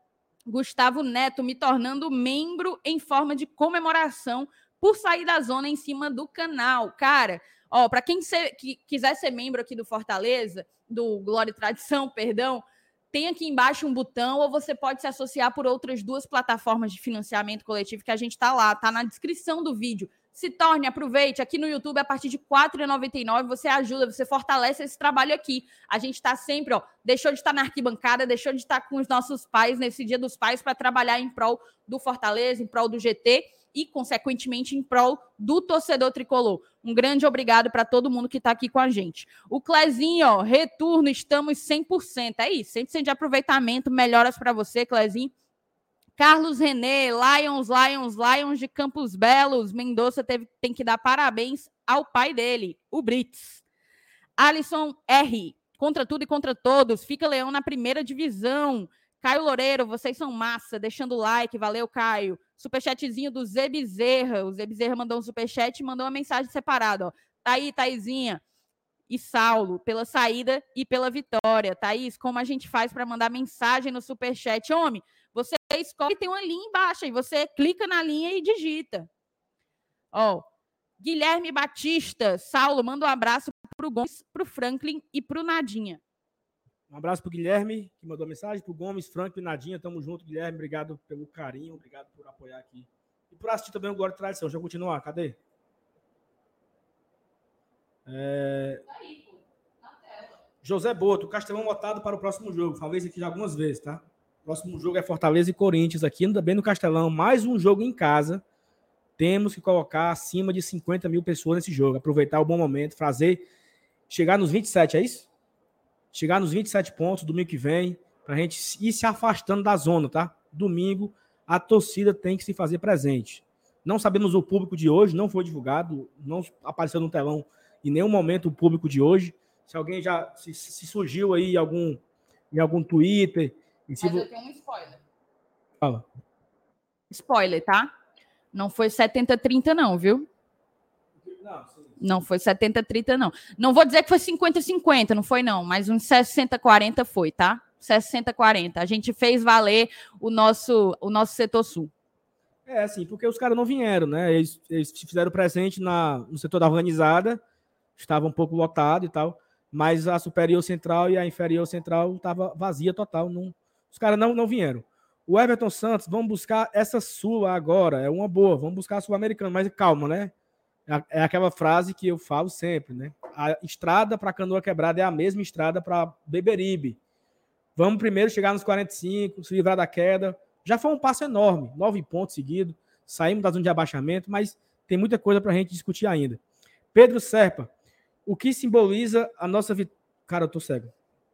Gustavo Neto, me tornando membro em forma de comemoração por sair da zona em cima do canal. Cara, ó, para quem ser, que quiser ser membro aqui do Fortaleza, do Glória e Tradição, perdão, tem aqui embaixo um botão, ou você pode se associar por outras duas plataformas de financiamento coletivo que a gente está lá, tá na descrição do vídeo. Se torne, aproveite. Aqui no YouTube, a partir de quatro reais e noventa e nove centavos, você ajuda, você fortalece esse trabalho aqui. A gente está sempre, ó, deixou de estar na arquibancada, deixou de estar com os nossos pais nesse Dia dos Pais para trabalhar em prol do Fortaleza, em prol do G T e, consequentemente, em prol do torcedor tricolor. Um grande obrigado para todo mundo que está aqui com a gente. O Clezinho, ó, retorno, estamos cem por cento. É isso, cem por cento de aproveitamento, melhoras para você, Clezinho. Carlos René, Lions, Lions, Lions de Campos Belos. Mendonça teve, tem que dar parabéns ao pai dele, o Brits. Alisson R, contra tudo e contra todos. Fica Leão na primeira divisão. Caio Loureiro, vocês são massa. Deixando o like, valeu, Caio. Superchatzinho do Zé Bezerra. O Zé Bezerra mandou um superchat e mandou uma mensagem separada. Ó. Tá aí, Thaisinha. E Saulo, pela saída e pela vitória. Thaís, como a gente faz para mandar mensagem no superchat? Homem, você escolhe, tem uma linha embaixo, e você clica na linha e digita. Ó, Guilherme Batista, Saulo, manda um abraço pro Gomes, pro Franklin e pro Nadinha. Um abraço pro Guilherme, que mandou mensagem, pro Gomes, Franklin e Nadinha. Tamo junto, Guilherme. Obrigado pelo carinho, obrigado por apoiar aqui. E por assistir também o Glória e Tradição. Deixa eu continuar, cadê? É... José Boto, o Castelão votado para o próximo jogo. Falei isso aqui já algumas vezes, tá? O próximo jogo é Fortaleza e Corinthians aqui, também no Castelão. Mais um jogo em casa. Temos que colocar acima de cinquenta mil pessoas nesse jogo. Aproveitar o bom momento, fazer... Chegar nos vinte e sete, é isso? Chegar nos vinte e sete pontos domingo que vem, pra gente ir se afastando da zona, tá? Domingo, a torcida tem que se fazer presente. Não sabemos o público de hoje, não foi divulgado, não apareceu no telão em nenhum momento o público de hoje. Se alguém já se, se surgiu aí em algum, em algum Twitter... Mas eu tenho um spoiler. Fala. Spoiler, tá? Não foi setenta a trinta não, viu? Não, sim. Não foi setenta a trinta não. Não vou dizer que foi cinquenta a cinquenta, não foi não, mas uns sessenta a quarenta foi, tá? sessenta a quarenta. A gente fez valer o nosso, o nosso setor sul. É, assim, porque os caras não vieram, né? Eles, eles fizeram presente na, no setor da organizada, estava um pouco lotado e tal, mas a superior central e a inferior central estava vazia total. Não, os caras não, não vieram. O Everton Santos, vamos buscar essa Sula agora, é uma boa, vamos buscar a Sul-Americana, mas calma, né? É aquela frase que eu falo sempre, né? A estrada para Canoa Quebrada é a mesma estrada para Beberibe. Vamos primeiro chegar nos quarenta e cinco, se livrar da queda. Já foi um passo enorme, nove pontos seguidos, saímos da zona de abaixamento, mas tem muita coisa para a gente discutir ainda. Pedro Serpa, o que simboliza a nossa vitória? Cara, eu tô cego.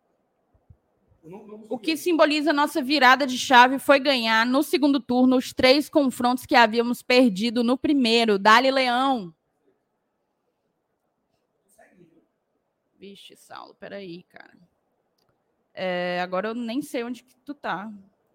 O que simboliza a nossa virada de chave foi ganhar no segundo turno os três confrontos que havíamos perdido no primeiro. Dali Leão. Vixe, Saulo, peraí, cara. É, agora eu nem sei onde que tu tá.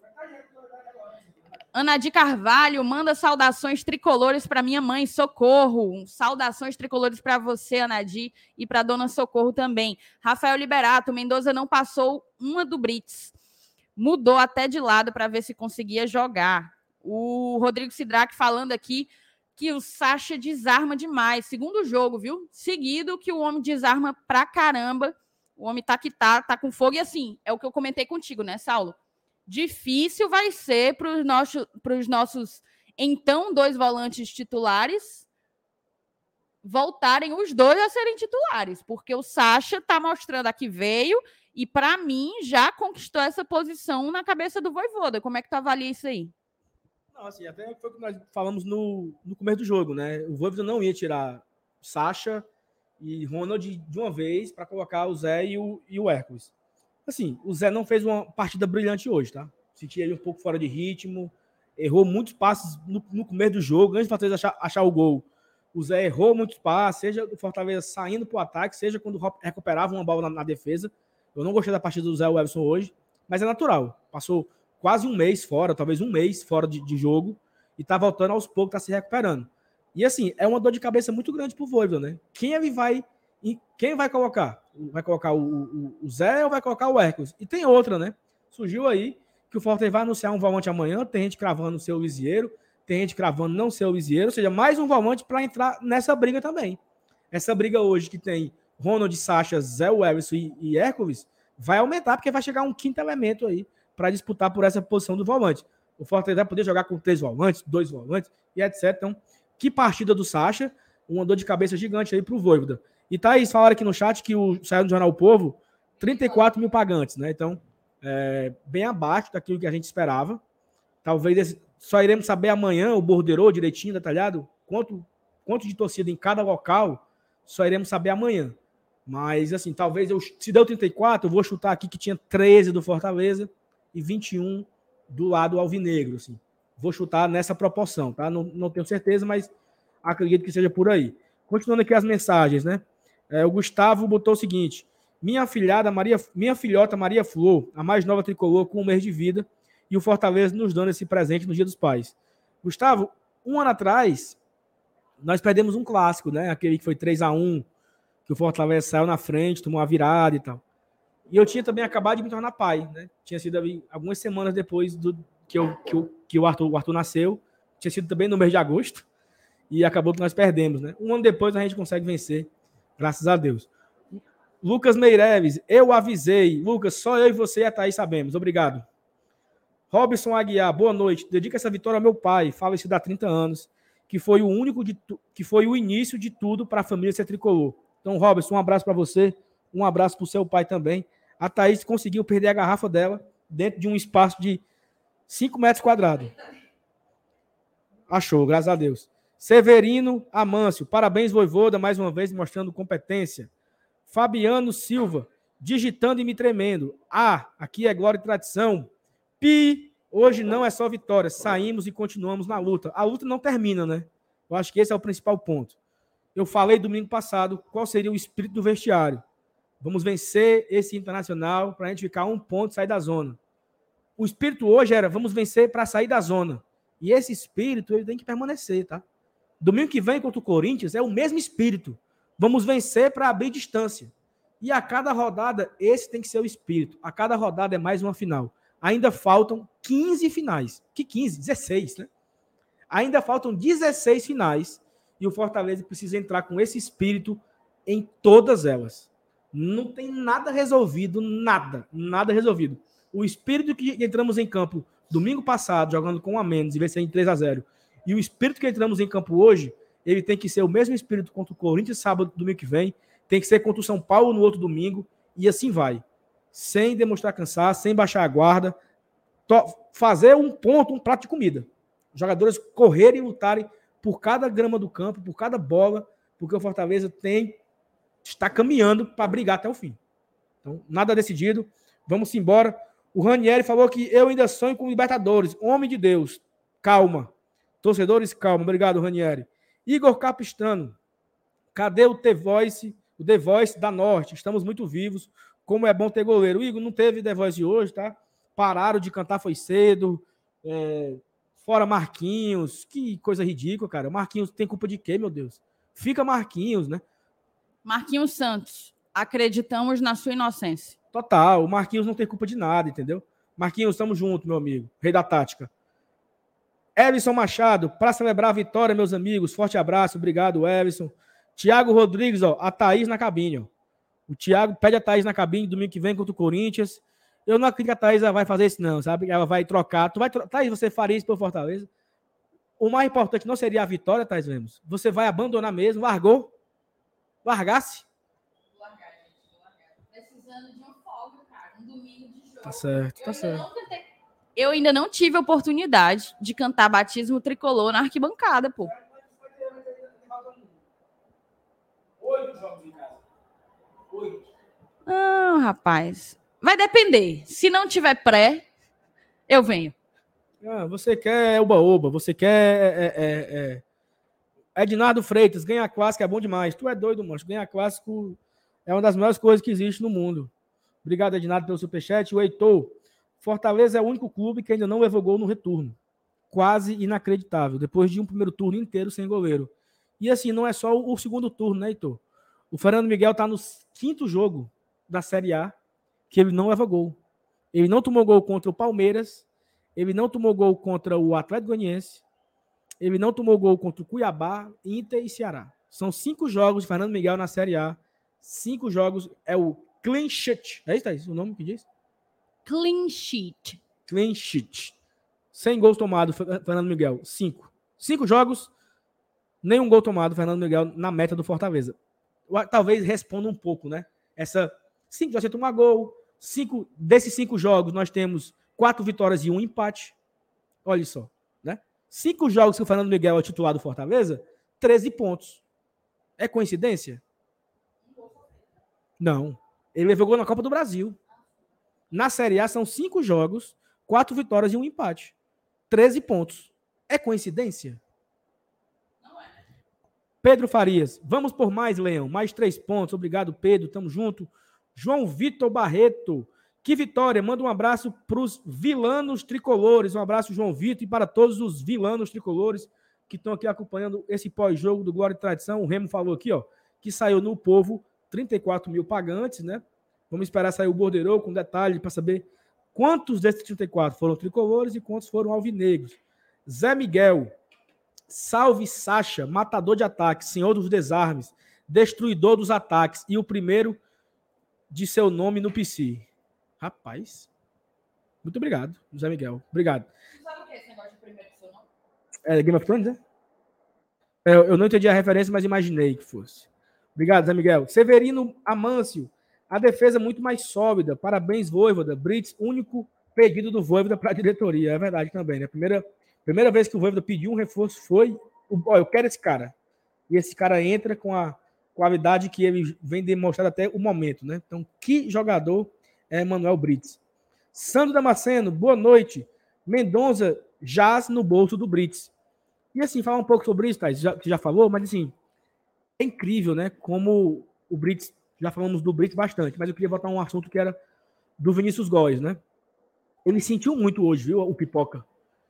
Ana de Carvalho, manda saudações tricolores para minha mãe, Socorro. Saudações tricolores para você, Anadi, e para dona Socorro também. Rafael Liberato, Mendoza não passou uma do Brits. Mudou até de lado para ver se conseguia jogar. O Rodrigo Sidraque falando aqui que o Sacha desarma demais. Segundo jogo, viu? Seguido que o homem desarma pra caramba. O homem tá que tá, tá com fogo. E assim, é o que eu comentei contigo, né, Saulo? Difícil vai ser para os nossos, pros nossos, então, dois volantes titulares voltarem os dois a serem titulares, porque o Sacha está mostrando a que veio e, para mim, já conquistou essa posição na cabeça do Vojvoda. Como é que tu avalia isso aí? Não, assim, até foi o que nós falamos no, no começo do jogo, né? O Vojvoda não ia tirar Sacha e Ronald de uma vez para colocar o Zé e o, e o Hércules. Assim, o Zé não fez uma partida brilhante hoje, tá? Senti ele um pouco fora de ritmo, errou muitos passes no, no começo do jogo, antes de Fortaleza achar, achar o gol. O Zé errou muitos passes, seja o Fortaleza saindo para o ataque, seja quando recuperava uma bola na, na defesa. Eu não gostei da partida do Zé Everson hoje, mas é natural. Passou quase um mês fora, talvez um mês fora de, de jogo, e tá voltando aos poucos, tá se recuperando. E assim, é uma dor de cabeça muito grande pro Vojvoda, né? Quem ele vai... Quem vai colocar? Vai colocar o, o, o Zé ou vai colocar o Hércules? E tem outra, né? Surgiu aí que o Fortaleza vai anunciar um volante amanhã, tem gente cravando o seu Lisieiro, tem gente cravando não ser o Lisieiro, ou seja, mais um volante para entrar nessa briga também. Essa briga hoje que tem Ronald, Sacha, Zé Everson e, e Hércules, vai aumentar, porque vai chegar um quinto elemento aí para disputar por essa posição do volante. O Fortaleza vai poder jogar com três volantes, dois volantes e etcétera. Então, que partida do Sacha, uma dor de cabeça gigante aí para o Vojvoda. E Thaís, falaram aqui no chat que o, saiu no Jornal O Povo, trinta e quatro mil pagantes, né? Então, é, bem abaixo daquilo que a gente esperava. Talvez só iremos saber amanhã, o borderô direitinho, detalhado, quanto, quanto de torcida em cada local, só iremos saber amanhã. Mas, assim, talvez, eu, se deu trinta e quatro, eu vou chutar aqui que tinha treze do Fortaleza e vinte e um do lado alvinegro, assim. Vou chutar nessa proporção, tá? Não, não tenho certeza, mas acredito que seja por aí. Continuando aqui as mensagens, né? É, o Gustavo botou o seguinte: minha filhada Maria, minha filhota Maria Flor, a mais nova tricolor, com um mês de vida, e o Fortaleza nos dando esse presente no Dia dos Pais. Gustavo, um ano atrás, nós perdemos um clássico, né? Aquele que foi três a um, que o Fortaleza saiu na frente, tomou uma virada e tal. E eu tinha também acabado de me tornar pai, né? Tinha sido ali, algumas semanas depois do que, eu, que, eu, que o, Arthur, o Arthur nasceu. Tinha sido também no mês de agosto. E acabou que nós perdemos, né? Um ano depois a gente consegue vencer, graças a Deus. Lucas Meireles, eu avisei. Lucas, só eu e você e a Thaís sabemos. Obrigado. Robson Aguiar, boa noite. Dedica essa vitória ao meu pai, falecido há trinta anos, que foi o único, de tu... que foi o início de tudo para a família ser tricolor. Então, Robson, um abraço para você, um abraço para o seu pai também. A Thaís conseguiu perder a garrafa dela dentro de um espaço de cinco metros quadrados. Achou, graças a Deus. Severino Amâncio, parabéns, Vojvoda, mais uma vez mostrando competência. Fabiano Silva, digitando e me tremendo. Ah, aqui é glória e tradição. Pi, hoje não é só vitória, saímos e continuamos na luta. A luta não termina, né? Eu acho que esse é o principal ponto. Eu falei domingo passado qual seria o espírito do vestiário. Vamos vencer esse Internacional para a gente ficar a um ponto e sair da zona. O espírito hoje era, vamos vencer para sair da zona. E esse espírito ele tem que permanecer, tá? Domingo que vem contra o Corinthians é o mesmo espírito. Vamos vencer para abrir distância. E a cada rodada, esse tem que ser o espírito. A cada rodada é mais uma final. Ainda faltam quinze finais. Que quinze? dezesseis, né? Ainda faltam dezesseis finais. E o Fortaleza precisa entrar com esse espírito em todas elas. Não tem nada resolvido, nada, nada resolvido. O espírito que entramos em campo domingo passado, jogando com um a menos e vencendo em três a zero, e o espírito que entramos em campo hoje, ele tem que ser o mesmo espírito contra o Corinthians sábado, domingo que vem, tem que ser contra o São Paulo no outro domingo, e assim vai. Sem demonstrar cansaço, sem baixar a guarda, fazer um ponto, um prato de comida. Os jogadores correrem e lutarem por cada grama do campo, por cada bola, porque o Fortaleza tem está caminhando para brigar até o fim. Então, nada decidido. Vamos embora. O Ranieri falou que eu ainda sonho com Libertadores. Homem de Deus. Calma. Torcedores, calma. Obrigado, Ranieri. Igor Capistrano. Cadê o The Voice? O The Voice da Norte. Estamos muito vivos. Como é bom ter goleiro. Igor, não teve The Voice hoje, tá? Pararam de cantar, foi cedo. É... Fora Marquinhos. Que coisa ridícula, cara. Marquinhos tem culpa de quê, meu Deus? Fica Marquinhos, né? Marquinhos Santos, acreditamos na sua inocência. Total, o Marquinhos não tem culpa de nada, entendeu? Marquinhos, estamos juntos, meu amigo. Rei da tática. Everson Machado, para celebrar a vitória, meus amigos. Forte abraço, obrigado, Everson. Tiago Rodrigues, ó, a Thaís na cabine. Ó. O Tiago pede a Thaís na cabine domingo que vem contra o Corinthians. Eu não acredito que a Thaís vai fazer isso, não, sabe? Ela vai trocar. Tu vai tro... Thaís, você faria isso pelo Fortaleza? O mais importante não seria a vitória, Thaís Lemos. Você vai abandonar mesmo, largou? Largasse? Vou largar, gente, vou largar. Precisando de uma folga, cara. Um domingo de jogo. Tá certo, tá eu certo. Ainda cantei... Eu ainda não tive a oportunidade de cantar batismo tricolor na arquibancada, pô. Oito jogos em casa. Oito. Ah, rapaz. Vai depender. Se não tiver pré, eu venho. Ah, você quer oba-oba, você quer... É, é, é... Ednardo Freitas, ganhar clássico é bom demais. Tu é doido, mano. Ganhar clássico é uma das melhores coisas que existe no mundo. Obrigado, Ednardo, pelo superchat. O Heitor, Fortaleza é o único clube que ainda não levou gol no retorno. Quase inacreditável. Depois de um primeiro turno inteiro sem goleiro. E assim, não é só o segundo turno, né, Heitor? O Fernando Miguel tá no quinto jogo da Série A que ele não leva gol. Ele não tomou gol contra o Palmeiras ele não tomou gol contra o Atlético Goianiense, ele não tomou gol contra o Cuiabá, Inter e Ceará. São cinco jogos de Fernando Miguel na Série A. Cinco jogos, é o clean sheet. É isso, Thaís? O nome que diz? Clean sheet. Clean sheet. Sem gols tomados, Fernando Miguel. Cinco. Cinco jogos, nenhum gol tomado, Fernando Miguel, na meta do Fortaleza. Talvez responda um pouco, né? Essa cinco já você tomar gol. Cinco, desses cinco jogos, nós temos quatro vitórias e um empate. Olha só, né? Cinco jogos que o Fernando Miguel é titular do Fortaleza, treze pontos. É coincidência? Não. Ele jogou na Copa do Brasil. Na Série A são cinco jogos, quatro vitórias e um empate. treze pontos. É coincidência? Não é. Pedro Farias. Vamos por mais, Leão. Mais três pontos. Obrigado, Pedro. Tamo junto. João Vitor Barreto. Que vitória. Manda um abraço para os vilanos tricolores. Um abraço, João Vitor, e para todos os vilanos tricolores que estão aqui acompanhando esse pós-jogo do Glória e Tradição. O Remo falou aqui, ó, que saiu no Povo trinta e quatro mil pagantes, né? Vamos esperar sair o borderô com detalhe para saber quantos desses trinta e quatro foram tricolores e quantos foram alvinegros. Zé Miguel. Salve Sacha, matador de ataques, senhor dos desarmes, destruidor dos ataques e o primeiro de seu nome no P C. Rapaz, muito obrigado, Zé Miguel. Obrigado. Você sabe o que é esse negócio de primeiro de seu nome? É Game of Thrones, né? É, eu não entendi a referência, mas imaginei que fosse. Obrigado, Zé Miguel. Severino Amâncio, a defesa muito mais sólida. Parabéns, Voivoda. Brits, único pedido do Voivoda para a diretoria. É verdade também, né? Primeira, primeira vez que o Voivoda pediu um reforço foi, ó, eu quero esse cara. E esse cara entra com a qualidade que ele vem demonstrando até o momento, né? Então, que jogador é Manuel Brits. Sandro Damasceno, boa noite. Mendonça jaz no bolso do Brits. E assim, falar um pouco sobre isso, Thais, já, que já falou, mas assim, é incrível, né? Como o Brits, já falamos do Brits bastante, mas eu queria botar um assunto que era do Vinícius Góes, né? Ele sentiu muito hoje, viu, o Pipoca.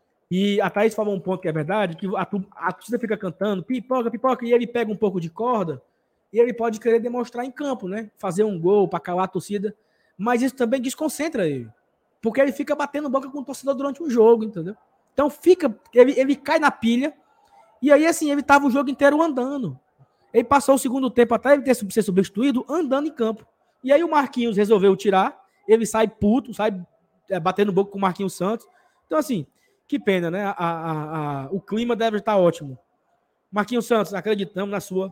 E a Thaís falou um ponto que é verdade, que a, a torcida fica cantando pipoca, pipoca, e ele pega um pouco de corda e ele pode querer demonstrar em campo, né? Fazer um gol para calar a torcida, mas isso também desconcentra ele, porque ele fica batendo boca com o torcedor durante um jogo, entendeu? Então fica, ele, ele cai na pilha, e aí assim, ele tava o jogo inteiro andando. Ele passou o segundo tempo até ele ter ser substituído andando em campo. E aí o Marquinhos resolveu tirar, ele sai puto, sai é, batendo boca com o Marquinhos Santos. Então assim, que pena, né? A, a, a, o clima deve estar ótimo. Marquinhos Santos, acreditamos na sua.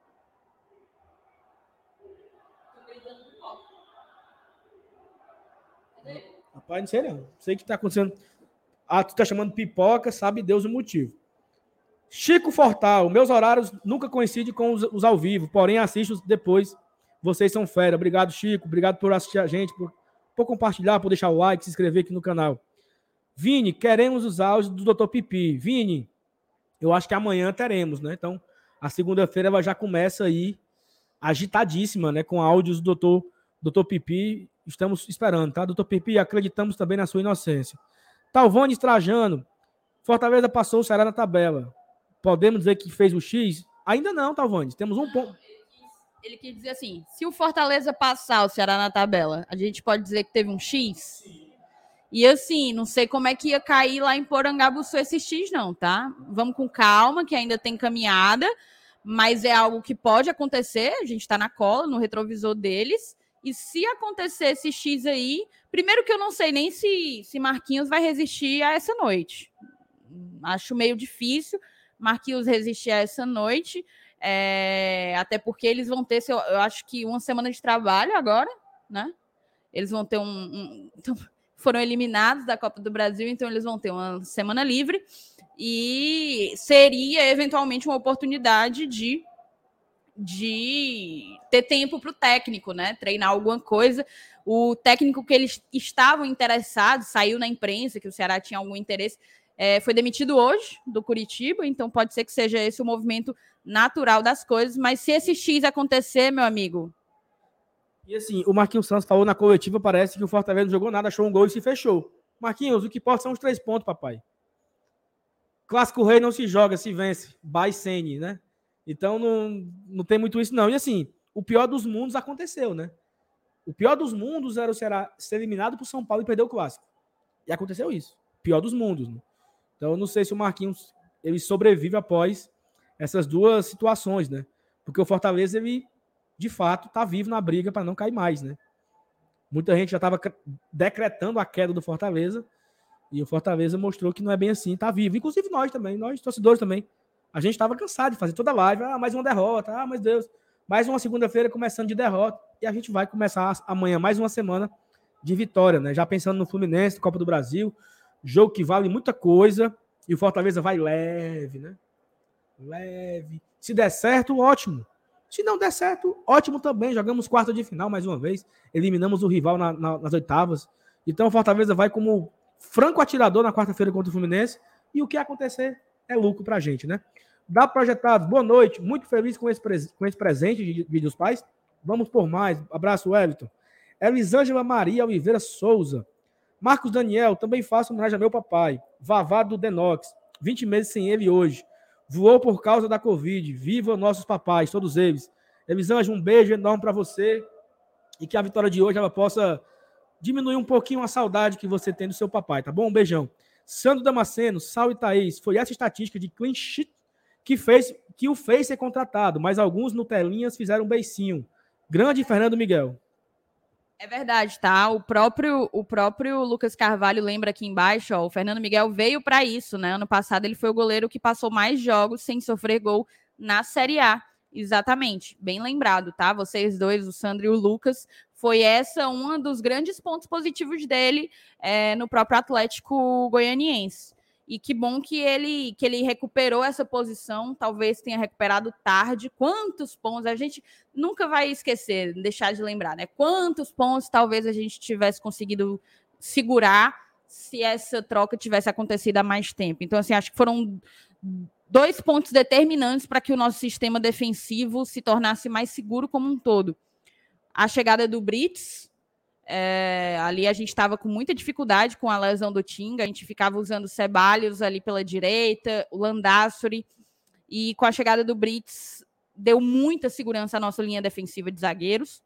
Rapaz, não sei não. Sei que está acontecendo. Ah, tu tá chamando pipoca, sabe Deus o motivo. Chico Fortal, meus horários nunca coincidem com os, os ao vivo, porém assisto depois. Vocês são fera. Obrigado, Chico. Obrigado por assistir a gente, por, por compartilhar, por deixar o like, se inscrever aqui no canal. Vini, queremos os áudios do doutor Pipi. Vini, eu acho que amanhã teremos, né? Então, a segunda-feira ela já começa aí agitadíssima, né? Com áudios do doutor, doutor Pipi. Estamos esperando, tá? doutor Pipi, acreditamos também na sua inocência. Talvone Trajano, Fortaleza passou o Ceará na tabela. Podemos dizer que fez o X? Ainda não, Talvone. Temos um ponto. Ele quis dizer assim, se o Fortaleza passar o Ceará na tabela, a gente pode dizer que teve um X? E assim, não sei como é que ia cair lá em Porangabuçu esse X não, tá? Vamos com calma, que ainda tem caminhada, mas é algo que pode acontecer, a gente tá na cola, no retrovisor deles, e se acontecer esse X aí, primeiro que eu não sei nem se, se Marquinhos vai resistir a essa noite. Acho meio difícil Marquinhos resistir a essa noite, é, até porque eles vão ter, eu, eu acho que uma semana de trabalho agora, né? Eles vão ter um... um então, foram eliminados da Copa do Brasil, então eles vão ter uma semana livre e seria eventualmente uma oportunidade de, de ter tempo para o técnico, né? Treinar alguma coisa. O técnico que eles estavam interessados, saiu na imprensa que o Ceará tinha algum interesse, é, foi demitido hoje do Curitiba, então pode ser que seja esse o movimento natural das coisas, mas se esse X acontecer, meu amigo... E assim, o Marquinhos Santos falou na coletiva, parece que o Fortaleza não jogou nada, achou um gol e se fechou. Marquinhos, o que pode são os três pontos, papai. Clássico Rei não se joga, se vence. By Sene, né? Então não, não tem muito isso, não. E assim, o pior dos mundos aconteceu, né? O pior dos mundos era o Ceará ser eliminado por São Paulo e perder o Clássico. E aconteceu isso. pior dos mundos. Né? Então, eu não sei se o Marquinhos ele sobrevive após essas duas situações, né? Porque o Fortaleza, ele, de fato, está vivo na briga para não cair mais, né? Muita gente já estava decretando a queda do Fortaleza e o Fortaleza mostrou que não é bem assim, está vivo. Inclusive nós também, nós torcedores também. A gente estava cansado de fazer toda a live. Ah, mais uma derrota. Ah, meu Deus. Mais uma segunda-feira começando de derrota. E a gente vai começar amanhã mais uma semana de vitória, né? Já pensando no Fluminense, Copa do Brasil. Jogo que vale muita coisa. E o Fortaleza vai leve, né? Leve. Se der certo, ótimo. Se não der certo, ótimo também. Jogamos quarta de final mais uma vez. Eliminamos o rival na, na, nas oitavas. Então o Fortaleza vai como franco atirador na quarta-feira contra o Fluminense. E o que acontecer é lucro pra gente, né? Dá Projetados, boa noite. Muito feliz com esse, com esse presente de Dia dos Pais. Vamos por mais. Abraço, Wellington. Elisângela Maria Oliveira Souza. Marcos Daniel, também faço homenagem a meu papai. Vavá do Denox. vinte meses sem ele hoje. Voou por causa da Covid. Viva nossos papais, todos eles. Elisângela, um beijo enorme para você. E que a vitória de hoje ela possa diminuir um pouquinho a saudade que você tem do seu papai, tá bom? Um beijão. Sandro Damasceno, Sal e Thaís. Foi essa estatística de clean sheet que, fez, que o fez ser contratado, mas alguns Nutelinhas fizeram um beicinho. Grande Fernando Miguel. É verdade, tá? O próprio, o próprio Lucas Carvalho lembra aqui embaixo, ó, o Fernando Miguel veio para isso, né? Ano passado ele foi o goleiro que passou mais jogos sem sofrer gol na Série A. Exatamente, bem lembrado, tá? Vocês dois, o Sandro e o Lucas, foi essa um dos grandes pontos positivos dele é, no próprio Atlético Goianiense. E que bom que ele, que ele recuperou essa posição, talvez tenha recuperado tarde. Quantos pontos, a gente nunca vai esquecer, deixar de lembrar, né? Quantos pontos talvez a gente tivesse conseguido segurar se essa troca tivesse acontecido há mais tempo. Então, assim, acho que foram dois pontos determinantes para que o nosso sistema defensivo se tornasse mais seguro como um todo. A chegada do Brits, é, ali a gente estava com muita dificuldade com a lesão do Tinga, a gente ficava usando Ceballos ali pela direita, o Landassori, e com a chegada do Brits deu muita segurança à nossa linha defensiva de zagueiros,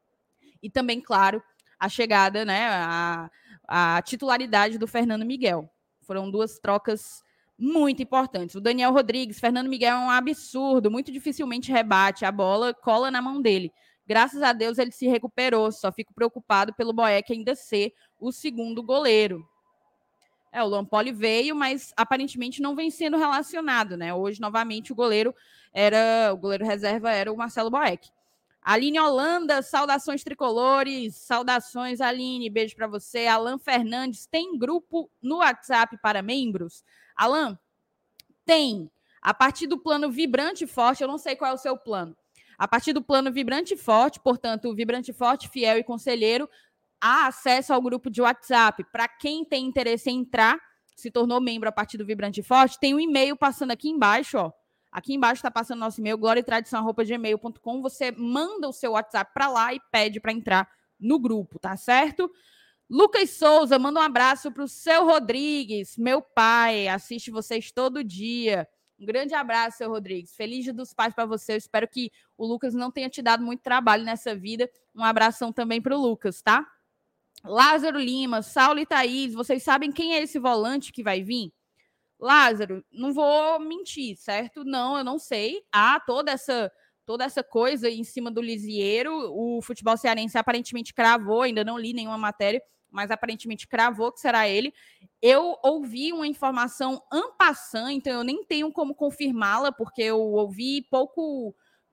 e também, claro, a chegada, né, a, a titularidade do Fernando Miguel. Foram duas trocas muito importantes. O Daniel Rodrigues, Fernando Miguel é um absurdo, muito dificilmente rebate, a bola cola na mão dele. Graças a Deus ele se recuperou, só fico preocupado pelo Boeck ainda ser o segundo goleiro. É, o Lampoli veio, mas aparentemente não vem sendo relacionado, né? Hoje, novamente, o goleiro era o goleiro reserva era o Marcelo Boeck. Aline Holanda, saudações tricolores, saudações, Aline, beijo para você. Alan Fernandes, tem grupo no WhatsApp para membros? Alan, tem. A partir do plano Vibrante Forte, eu não sei qual é o seu plano. A partir do plano Vibrante Forte, portanto, Vibrante Forte, Fiel e Conselheiro, há acesso ao grupo de WhatsApp. Para quem tem interesse em entrar, se tornou membro a partir do Vibrante Forte, tem um e-mail passando aqui embaixo, ó. Aqui embaixo está passando nosso e-mail, glória e tradição arroba gmail ponto com. Você manda o seu WhatsApp para lá e pede para entrar no grupo, tá certo? Lucas Souza, manda um abraço para o seu Rodrigues, meu pai, assiste vocês todo dia. Um grande abraço, seu Rodrigues. Feliz Dia dos Pais para você. Eu espero que o Lucas não tenha te dado muito trabalho nessa vida. Um abração também para o Lucas, tá? Lázaro Lima, Saulo e Thaís, vocês sabem quem é esse volante que vai vir? Lázaro, não vou mentir, certo? Não, eu não sei. Há toda essa, toda essa coisa em cima do Lisieiro. O futebol cearense aparentemente cravou, ainda não li nenhuma matéria, mas aparentemente cravou que será ele. Eu ouvi uma informação en passant, então eu nem tenho como confirmá-la, porque eu ouvi pouco,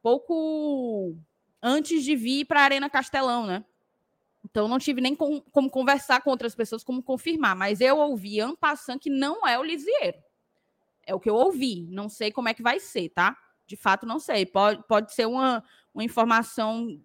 pouco antes de vir para a Arena Castelão, né? Então não tive nem com, como conversar com outras pessoas, como confirmar, mas eu ouvi en passant que não é o Lisieiro. É o que eu ouvi, não sei como é que vai ser, tá? De fato, não sei. Pode, pode ser uma, uma informação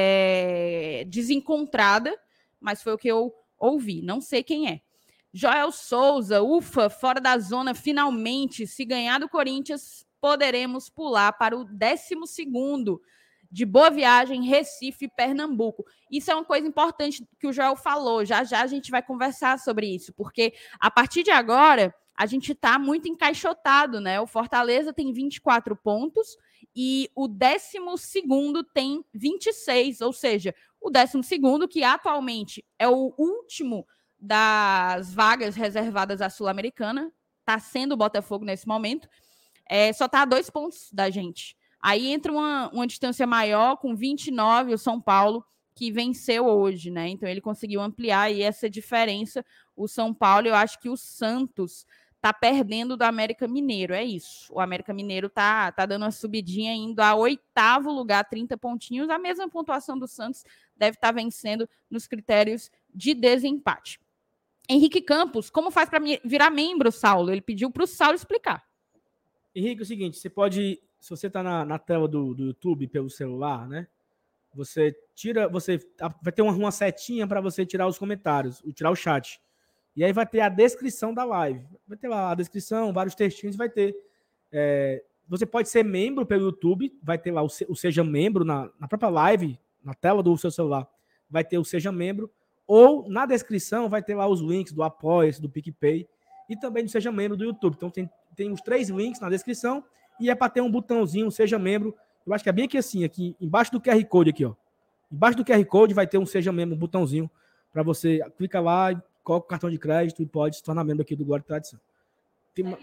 é, desencontrada, mas foi o que eu ouvi. Não sei quem é. Joel Souza, ufa, fora da zona, finalmente. Se ganhar do Corinthians, poderemos pular para o décimo segundo de Boa Viagem, Recife, Pernambuco. Isso é uma coisa importante que o Joel falou. Já já a gente vai conversar sobre isso, porque a partir de agora a gente está muito encaixotado, né? O Fortaleza tem vinte e quatro pontos e o décimo segundo tem vinte e seis, ou seja, o décimo segundo, que atualmente é o último das vagas reservadas à Sul-Americana. Está sendo o Botafogo nesse momento. É, só está a dois pontos da gente. Aí entra uma, uma distância maior, com vinte e nove, o São Paulo, que venceu hoje, né? Então ele conseguiu ampliar aí essa diferença. O São Paulo, eu acho que o Santos está perdendo do América Mineiro, é isso. O América Mineiro está tá dando uma subidinha, indo a oitavo lugar, trinta pontinhos. A mesma pontuação do Santos, deve estar tá vencendo nos critérios de desempate. Henrique Campos, como faz para virar membro, Saulo? Ele pediu para o Saulo explicar. Henrique, é o seguinte, você pode, se você está na, na tela do, do YouTube pelo celular, né? Você tira, você vai ter uma, uma setinha para você tirar os comentários, tirar o chat. E aí vai ter a descrição da live. Vai ter lá a descrição, vários textinhos, vai ter. É, você pode ser membro pelo YouTube, vai ter lá o, o Seja Membro na, na própria live, na tela do seu celular, vai ter o Seja Membro, ou na descrição vai ter lá os links do Apoia-se, do PicPay, e também do Seja Membro do YouTube. Então tem, tem os três links na descrição, e é para ter um botãozinho, Seja Membro. Eu acho que é bem aqui assim, aqui embaixo do Q R Code aqui, ó. Embaixo do Q R Code vai ter um Seja Membro, um botãozinho, para você clica lá, coloca o cartão de crédito e pode se tornar membro aqui do Glória e Tradição. Tem uma...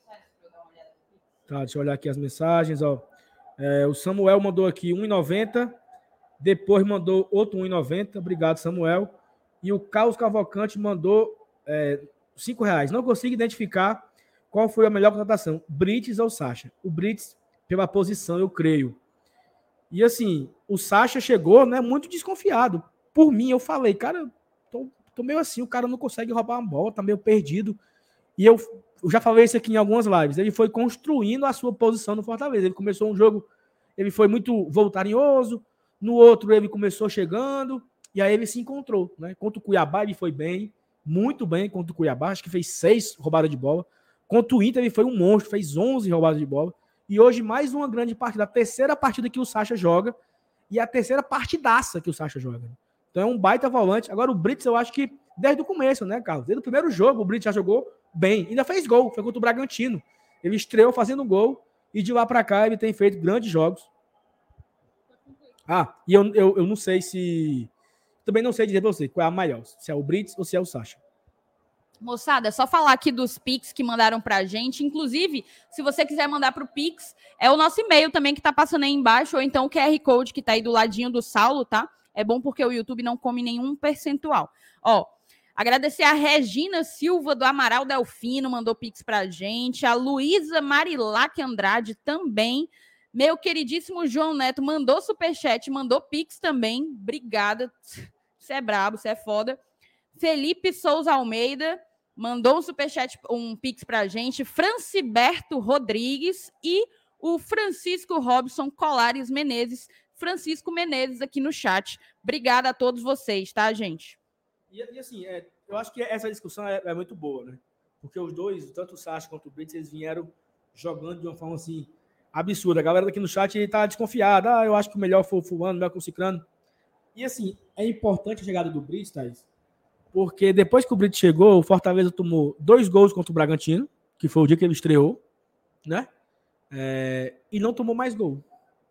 Tá, deixa eu olhar aqui as mensagens, ó. É, o Samuel mandou aqui um real e noventa centavos, depois mandou outro um real e noventa centavos, obrigado, Samuel. E o Carlos Cavalcante mandou é, cinco reais. Não consigo identificar qual foi a melhor contratação, Brits ou Sacha. O Brits, pela posição, eu creio. E assim, o Sacha chegou, né, muito desconfiado. Por mim, eu falei, cara, tô, tô meio assim, o cara não consegue roubar uma bola, tá meio perdido. E eu, eu já falei isso aqui em algumas lives. Ele foi construindo a sua posição no Fortaleza. Ele começou um jogo, ele foi muito voluntarioso. No outro, ele começou chegando. E aí ele se encontrou, né? Contra o Cuiabá, ele foi bem, muito bem contra o Cuiabá. Acho que fez seis roubadas de bola. Contra o Inter, ele foi um monstro, fez onze roubadas de bola. E hoje, mais uma grande partida. A terceira partida que o Sacha joga. E a terceira partidaça que o Sacha joga. Então é um baita volante. Agora o Brits, eu acho que desde o começo, né, Carlos? Desde o primeiro jogo, o Brits já jogou bem. Ainda fez gol. Foi contra o Bragantino. Ele estreou fazendo gol. E de lá para cá, ele tem feito grandes jogos. Ah, e eu, eu, eu não sei se... Também não sei dizer pra você qual é a maior. Se é o Brits ou se é o Sacha. Moçada, é só falar aqui dos Pix que mandaram pra gente. Inclusive, se você quiser mandar pro Pix, é o nosso e-mail também que tá passando aí embaixo, ou então o Q R Code que tá aí do ladinho do Saulo, tá? É bom porque o YouTube não come nenhum percentual. Ó, agradecer a Regina Silva do Amaral Delfino, mandou Pix pra gente. A Luísa Marilac Andrade também. Meu queridíssimo João Neto mandou superchat, mandou Pix também. Obrigada. Você é brabo, você é foda. Felipe Souza Almeida mandou um superchat, um Pix pra gente. Franciberto Rodrigues e o Francisco Robson Colares Menezes. Francisco Menezes aqui no chat. Obrigada a todos vocês, tá, gente? E, e assim, é, eu acho que essa discussão é, é muito boa, né? Porque os dois, tanto o Sacha quanto o Brits, eles vieram jogando de uma forma assim absurda. A galera aqui no chat tá desconfiada. Ah, eu acho que o melhor foi o fulano, o melhor que o ciclano. E assim, é importante a chegada do Brits, Thaís, porque depois que o Brits chegou, o Fortaleza tomou dois gols contra o Bragantino, que foi o dia que ele estreou, né? É, e não tomou mais gol.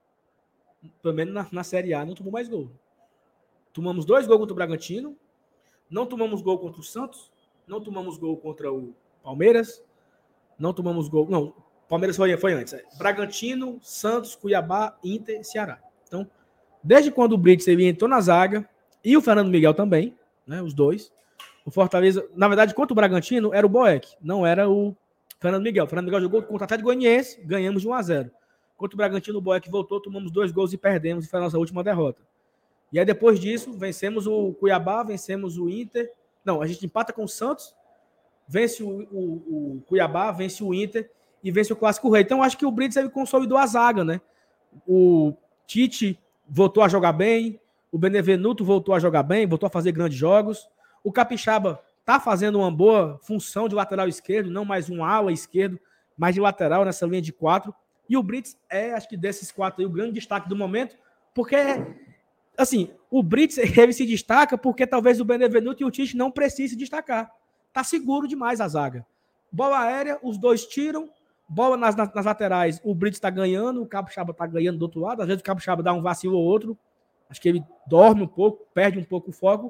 Pelo menos na, na Série A, não tomou mais gol. Tomamos dois gols contra o Bragantino, não tomamos gol contra o Santos, não tomamos gol contra o Palmeiras, não tomamos gol... Não, Palmeiras foi, foi antes. É. Bragantino, Santos, Cuiabá, Inter, Ceará. Então, desde quando o Brits ele entrou na zaga, e o Fernando Miguel também, né, os dois, o Fortaleza, na verdade, contra o Bragantino, era o Boeck, não era o Fernando Miguel. O Fernando Miguel jogou contra o Atlético Goianiense, ganhamos de um a zero. Contra o Bragantino, o Boeck voltou, tomamos dois gols e perdemos, e foi a nossa última derrota. E aí, depois disso, vencemos o Cuiabá, vencemos o Inter. Não, a gente empata com o Santos, vence o, o, o Cuiabá, vence o Inter e vence o Clássico Rei. Então, acho que o Brits ele consolidou a zaga, né? O Tite voltou a jogar bem, o Benevenuto voltou a jogar bem, voltou a fazer grandes jogos. O Capixaba tá fazendo uma boa função de lateral esquerdo, não mais um ala esquerdo, mas de lateral nessa linha de quatro. E o Brits é, acho que desses quatro aí, o grande destaque do momento, porque, assim, o Brits ele se destaca porque talvez o Benevenuto e o Tite não precisem destacar. Tá seguro demais a zaga. Bola aérea, os dois tiram. Bola nas, nas, nas laterais, o Brits está ganhando, o Capixaba está ganhando do outro lado. Às vezes o Capixaba dá um vacilo ou outro. Acho que ele dorme um pouco, perde um pouco o foco.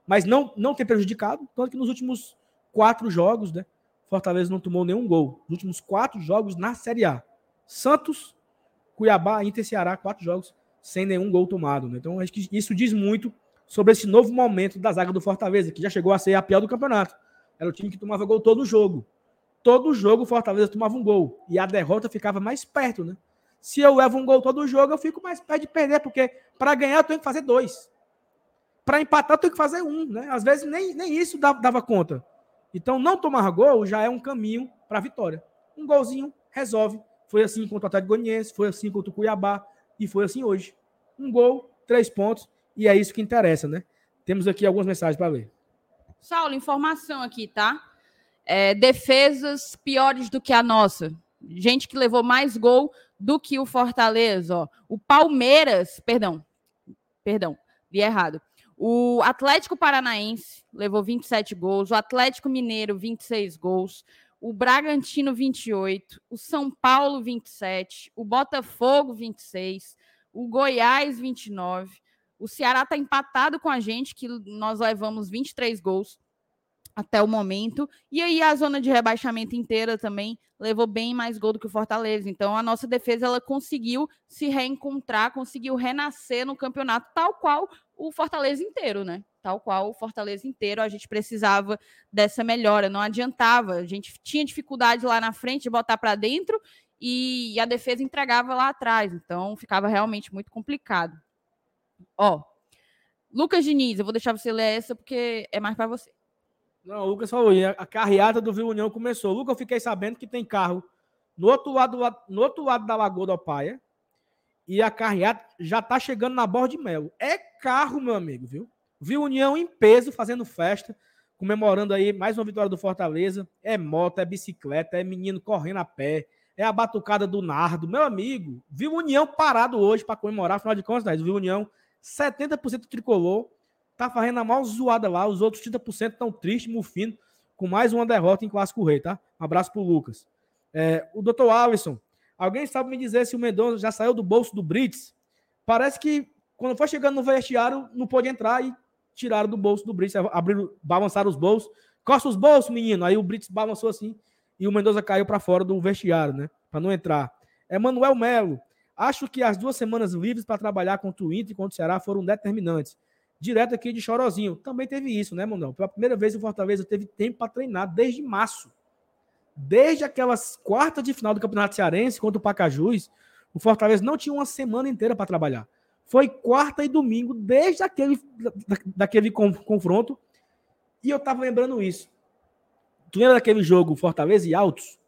mas não, não tem prejudicado, tanto que nos últimos quatro jogos, né, Fortaleza não tomou nenhum gol. Nos últimos quatro jogos na Série A. Santos, Cuiabá, Inter e Ceará, quatro jogos sem nenhum gol tomado. Né? Então, acho que isso diz muito sobre esse novo momento da zaga do Fortaleza, que já chegou a ser a pior do campeonato. Era o time que tomava gol todo jogo. Todo jogo o Fortaleza tomava um gol. E a derrota ficava mais perto, né? Se eu levo um gol todo jogo, eu fico mais perto de perder, porque para ganhar eu tenho que fazer dois. Para empatar eu tenho que fazer um, né? Às vezes nem, nem isso dava, dava conta. Então, não tomar gol já é um caminho para a vitória. Um golzinho resolve. Foi assim contra o Atlético Goianiense, foi assim contra o Cuiabá e foi assim hoje. Um gol, três pontos, e é isso que interessa, né? Temos aqui algumas mensagens para ler. Saulo, informação aqui, tá? É, defesas piores do que a nossa. Gente que levou mais gol do que o Fortaleza. Ó. O Palmeiras, perdão, perdão, li errado. O Atlético Paranaense levou vinte e sete gols, o Atlético Mineiro, vinte e seis gols, o Bragantino, vinte e oito, o São Paulo, vinte e sete, o Botafogo, vinte e seis, o Goiás, vinte e nove, o Ceará está empatado com a gente, que nós levamos vinte e três gols até o momento, e aí a zona de rebaixamento inteira também levou bem mais gol do que o Fortaleza. Então a nossa defesa ela conseguiu se reencontrar, conseguiu renascer no campeonato, tal qual o Fortaleza inteiro, né? Tal qual o Fortaleza inteiro, a gente precisava dessa melhora, não adiantava, a gente tinha dificuldade lá na frente de botar para dentro e a defesa entregava lá atrás, então ficava realmente muito complicado. Ó, Lucas Diniz, eu vou deixar você ler essa porque é mais para você. Não, o Lucas falou, a carreata do Vila União começou. Lucas, eu fiquei sabendo que tem carro no outro lado, no outro lado da Lagoa do Paia e a carreata já tá chegando na Borda de Melo. É carro, meu amigo, viu? Vila União em peso, fazendo festa, comemorando aí mais uma vitória do Fortaleza. É moto, é bicicleta, é menino correndo a pé, é a batucada do Nardo. Meu amigo, Vila União parado hoje para comemorar, afinal de contas, né? Vila União, setenta por cento tricolor, tá fazendo a maior zoada lá, os outros trinta por cento estão tristes, mufino, com mais uma derrota em Clássico Rei, tá? Um abraço pro Lucas. É, o doutor Alisson, alguém sabe me dizer se o Mendonça já saiu do bolso do Brits? Parece que quando foi chegando no vestiário, não pôde entrar e tiraram do bolso do Brits, abriram, balançaram os bolsos. Costa os bolsos, menino. Aí o Brits balançou assim e o Mendonça caiu para fora do vestiário, né? Para não entrar. Emanuel Melo, acho que as duas semanas livres para trabalhar contra o Inter e contra o Ceará foram determinantes. Direto aqui de Chorozinho. Também teve isso, né, Mondão? Pela primeira vez o Fortaleza teve tempo para treinar desde março. Desde aquelas quartas de final do Campeonato Cearense contra o Pacajus, o Fortaleza não tinha uma semana inteira para trabalhar. Foi quarta e domingo, desde aquele da, daquele confronto. E eu tava lembrando isso. Tu lembra daquele jogo Fortaleza e Altos?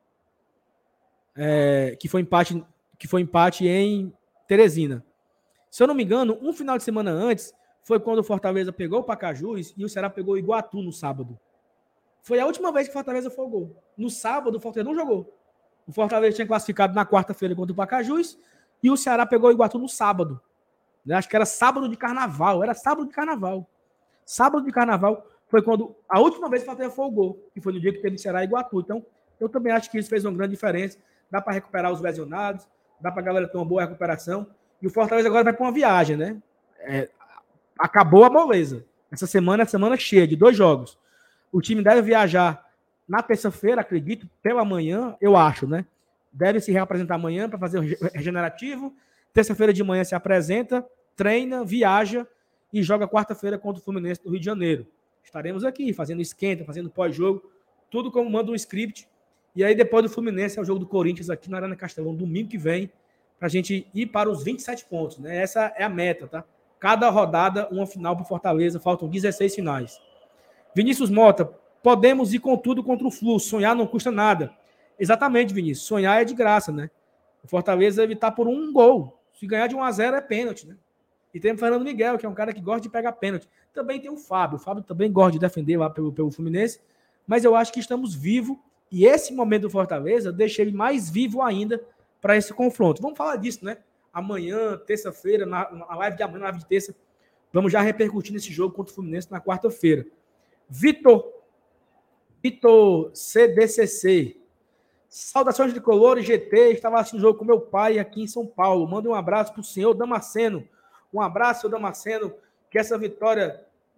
É, que foi empate, que foi empate em Teresina. Se eu não me engano, um final de semana antes foi quando o Fortaleza pegou o Pacajus e o Ceará pegou o Iguatu no sábado. Foi a última vez que o Fortaleza foi o gol. No sábado, o Fortaleza não jogou. O Fortaleza tinha classificado na quarta-feira contra o Pacajus e o Ceará pegou o Iguatu no sábado. Acho que era sábado de carnaval. Era sábado de carnaval. Sábado de carnaval foi quando a última vez que o Fortaleza foi o gol. Que foi no dia que teve Ceará e Iguatu. Então, eu também acho que isso fez uma grande diferença. Dá para recuperar os lesionados. Dá para a galera ter uma boa recuperação. E o Fortaleza agora vai para uma viagem, né? É, acabou a moleza. Essa semana é semana cheia de dois jogos. O time deve viajar na terça-feira, acredito, pela manhã, eu acho, né? Deve se reapresentar amanhã para fazer o regenerativo. Terça-feira de manhã se apresenta, treina, viaja e joga quarta-feira contra o Fluminense do Rio de Janeiro. Estaremos aqui fazendo esquenta, fazendo pós-jogo, tudo como manda um script. E aí depois do Fluminense é o jogo do Corinthians aqui na Arena Castelão, domingo que vem, para a gente ir para os vinte e sete pontos, né? Essa é a meta, tá? Cada rodada, uma final para o Fortaleza, faltam dezesseis finais. Vinícius Mota, podemos ir com tudo contra o Flu, sonhar não custa nada. Exatamente, Vinícius, sonhar é de graça, né? O Fortaleza deve estar por um gol. Se ganhar de um a zero é pênalti, né? E tem o Fernando Miguel, que é um cara que gosta de pegar pênalti. Também tem o Fábio. O Fábio também gosta de defender lá pelo, pelo Fluminense. Mas eu acho que estamos vivos. E esse momento do Fortaleza deixa ele mais vivo ainda para esse confronto. Vamos falar disso, né? Amanhã, terça-feira, na, na live de amanhã, na live de terça, vamos já repercutir nesse jogo contra o Fluminense na quarta-feira. Vitor, Vitor C D C C. Saudações de Color e G T. Estava assistindo o jogo com meu pai aqui em São Paulo. Manda um abraço para o senhor Damasceno. Um abraço, senhor Damasceno. Que essa vitória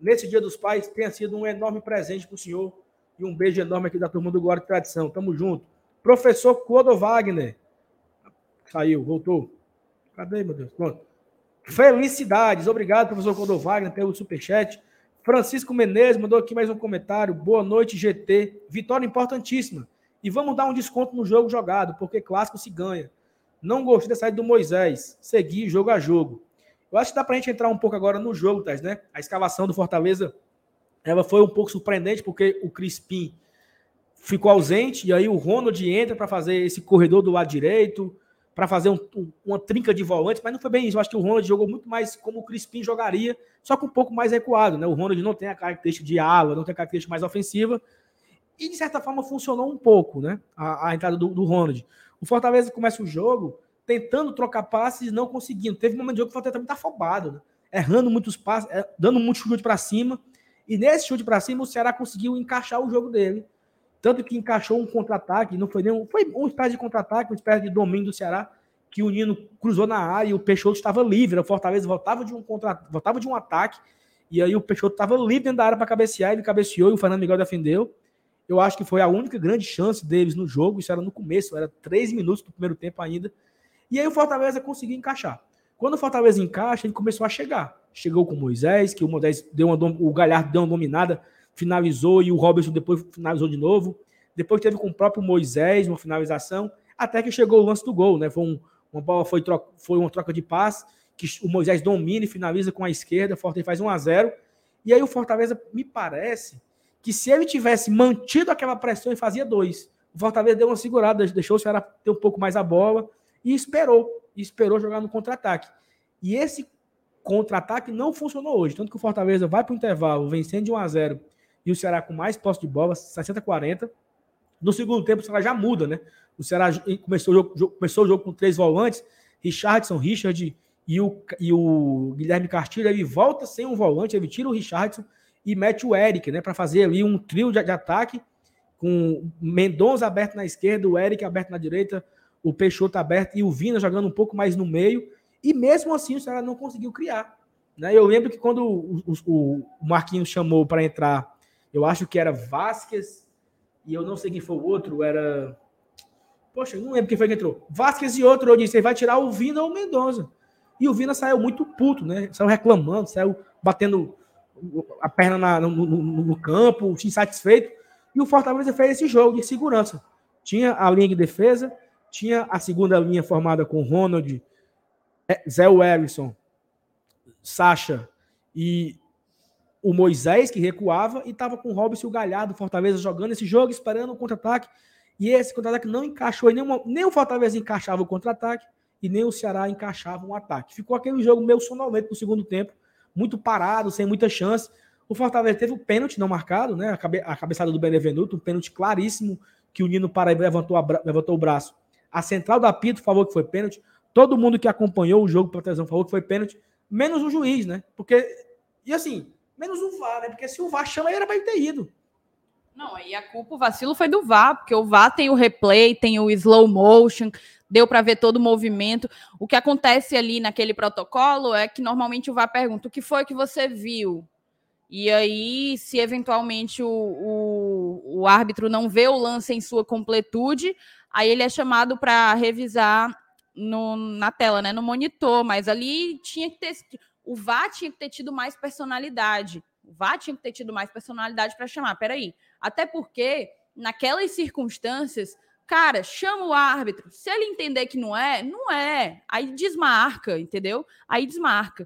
nesse Dia dos Pais, tenha sido um enorme presente para o senhor e um beijo enorme aqui da turma do Glória e Tradição. Tamo junto. Professor Clodo Wagner. Saiu, voltou. Cadê, meu Deus? Pronto. Felicidades. Obrigado, professor Clodo Wagner, pelo superchat. Francisco Menezes mandou aqui mais um comentário. Boa noite, G T. Vitória importantíssima. E vamos dar um desconto no jogo jogado, porque clássico se ganha. Não gostei da saída do Moisés. Seguir jogo a jogo. Eu acho que dá pra gente entrar um pouco agora no jogo, Thais, né? A escalação do Fortaleza, ela foi um pouco surpreendente, porque o Crispim ficou ausente, e aí o Ronald entra para fazer esse corredor do lado direito, para fazer um, um, uma trinca de volantes, mas não foi bem isso. Eu acho que o Ronald jogou muito mais como o Crispim jogaria, só que um pouco mais recuado, né? O Ronald não tem a característica de ala, não tem a característica mais ofensiva, e de certa forma funcionou um pouco, né? A, a entrada do, do Ronald. O Fortaleza começa o jogo tentando trocar passes e não conseguindo. Teve um momento de jogo que o Fortaleza também tá afobado, né? Errando muitos passes, dando muito chute para cima, e nesse chute para cima o Ceará conseguiu encaixar o jogo dele. Tanto que encaixou um contra-ataque, não foi nenhum, foi um espécie de contra-ataque, uma espécie de domínio do Ceará, que o Nino cruzou na área e o Peixoto estava livre. O Fortaleza voltava de um, contra, voltava de um ataque, e aí o Peixoto estava livre dentro da área para cabecear, ele cabeceou e o Fernando Miguel defendeu. Eu acho que foi a única grande chance deles no jogo, isso era no começo, era três minutos do primeiro tempo ainda. E aí o Fortaleza conseguiu encaixar. Quando o Fortaleza encaixa, ele começou a chegar. Chegou com o Moisés, que o Moisés deu uma, o Galhardo deu uma dominada, finalizou, e o Robertson depois finalizou de novo. Depois teve com o próprio Moisés uma finalização, até que chegou o lance do gol, né? Foi um, uma bola, foi, troca, foi uma troca de passe, que o Moisés domina e finaliza com a esquerda, o Fortaleza faz um a zero. E aí o Fortaleza, me parece, que se ele tivesse mantido aquela pressão, ele fazia dois. O Fortaleza deu uma segurada, deixou o Ceará ter um pouco mais a bola, e esperou, e esperou jogar no contra-ataque. E esse contra-ataque não funcionou hoje, tanto que o Fortaleza vai para o intervalo, vencendo de um a zero, e o Ceará com mais posse de bola, sessenta a quarenta. No segundo tempo, o Ceará já muda, né? O Ceará começou o jogo, começou o jogo com três volantes, Richardson, Richard e o, e o Guilherme Castilho. Ele volta sem um volante, ele tira o Richardson e mete o Eric, né? Para fazer ali um trio de, de ataque, com Mendonça aberto na esquerda, o Eric aberto na direita, o Peixoto aberto e o Vina jogando um pouco mais no meio. E mesmo assim, o Ceará não conseguiu criar, né? Eu lembro que quando o, o, o Marquinhos chamou para entrar, eu acho que era Vasquez, e eu não sei quem foi o outro, era... Poxa, eu não lembro quem foi que entrou. Vasquez e outro, eu disse, ele vai tirar o Vina ou o Mendonça. E o Vina saiu muito puto, né? Saiu reclamando, saiu batendo a perna na, no, no, no campo, insatisfeito. E o Fortaleza fez esse jogo de segurança. Tinha a linha de defesa, tinha a segunda linha formada com Ronald, Zé Wellison, Sacha e o Moisés, que recuava, e estava com o Robson e o Galhardo, Fortaleza jogando esse jogo, esperando o contra-ataque. E esse contra-ataque não encaixou, e nem, uma, nem o Fortaleza encaixava o contra-ataque, e nem o Ceará encaixava um ataque. Ficou aquele jogo meio sonolento no segundo tempo, muito parado, sem muita chance. O Fortaleza teve o pênalti não marcado, né? A, cabe, a cabeçada do Benevenuto, um pênalti claríssimo, que o Nino Paraíba levantou, a, levantou o braço. A central da apito falou que foi pênalti. Todo mundo que acompanhou o jogo para televisão falou que foi pênalti, menos o juiz, né? Porque, e assim, menos o V A R, né? Porque se o V A R chama, ele era para ele ter ido. Não, aí a culpa, o vacilo foi do V A R, porque o V A R tem o replay, tem o slow motion, deu para ver todo o movimento. O que acontece ali naquele protocolo é que normalmente o V A R pergunta: o que foi que você viu? E aí, se eventualmente o, o, o árbitro não vê o lance em sua completude, aí ele é chamado para revisar no, na tela, né, no monitor. Mas ali tinha que ter, o V A R tinha que ter tido mais personalidade. O V A R tinha que ter tido mais personalidade para chamar. Peraí, até porque naquelas circunstâncias, cara, chama o árbitro. Se ele entender que não é, não é. Aí desmarca, entendeu? Aí desmarca.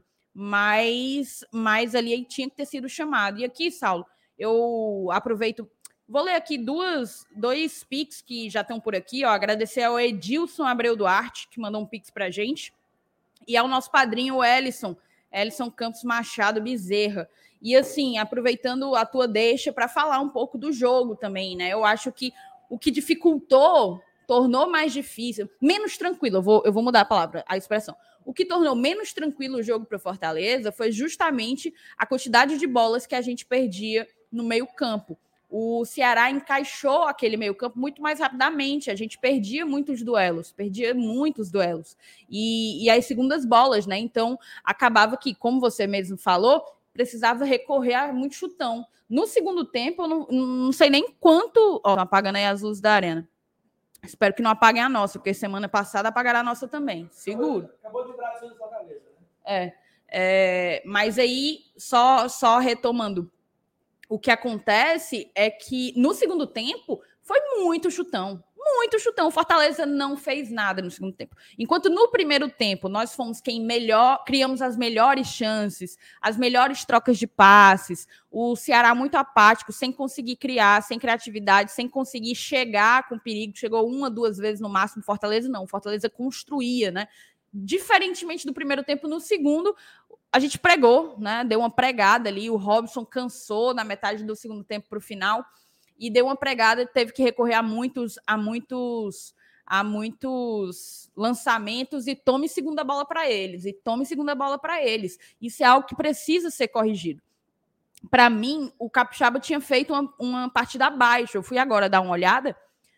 Mas, mas ali tinha que ter sido chamado. E aqui, Saulo, eu aproveito... Vou ler aqui duas, dois pics que já estão por aqui. Ó, agradecer ao Edilson Abreu Duarte, que mandou um pix para a gente. E ao nosso padrinho, o Ellison. Ellison Campos Machado Bezerra. E assim, aproveitando a tua deixa para falar um pouco do jogo também, né? Eu acho que o que dificultou, tornou mais difícil, menos tranquilo, eu vou, eu vou mudar a palavra, a expressão. O que tornou menos tranquilo o jogo para o Fortaleza foi justamente a quantidade de bolas que a gente perdia no meio-campo. O Ceará encaixou aquele meio-campo muito mais rapidamente. A gente perdia muitos duelos, perdia muitos duelos. E, e as segundas bolas, né? Então, acabava que, como você mesmo falou, precisava recorrer a muito chutão. No segundo tempo, eu não, não sei nem quanto... Ó, estão apagando aí as luzes da arena. Espero que não apaguem a nossa, porque semana passada apagaram a nossa também. Seguro. Acabou de entrar a Fortaleza, né? É, é, mas aí, só, só retomando, o que acontece é que no segundo tempo foi muito chutão. Muito chutão. O Fortaleza não fez nada no segundo tempo. Enquanto no primeiro tempo nós fomos quem melhor, criamos as melhores chances, as melhores trocas de passes, o Ceará muito apático, sem conseguir criar, sem criatividade, sem conseguir chegar com perigo, chegou uma, duas vezes no máximo. Fortaleza não, Fortaleza construía, né? Diferentemente do primeiro tempo, no segundo, a gente pregou, né? Deu uma pregada ali, o Robson cansou na metade do segundo tempo para o final, e deu uma pregada, teve que recorrer a muitos, a muitos, a muitos lançamentos e tome segunda bola para eles, e tome segunda bola para eles. Isso é algo que precisa ser corrigido. Para mim, o Capixaba tinha feito uma, uma partida abaixo. Eu fui agora dar uma olhada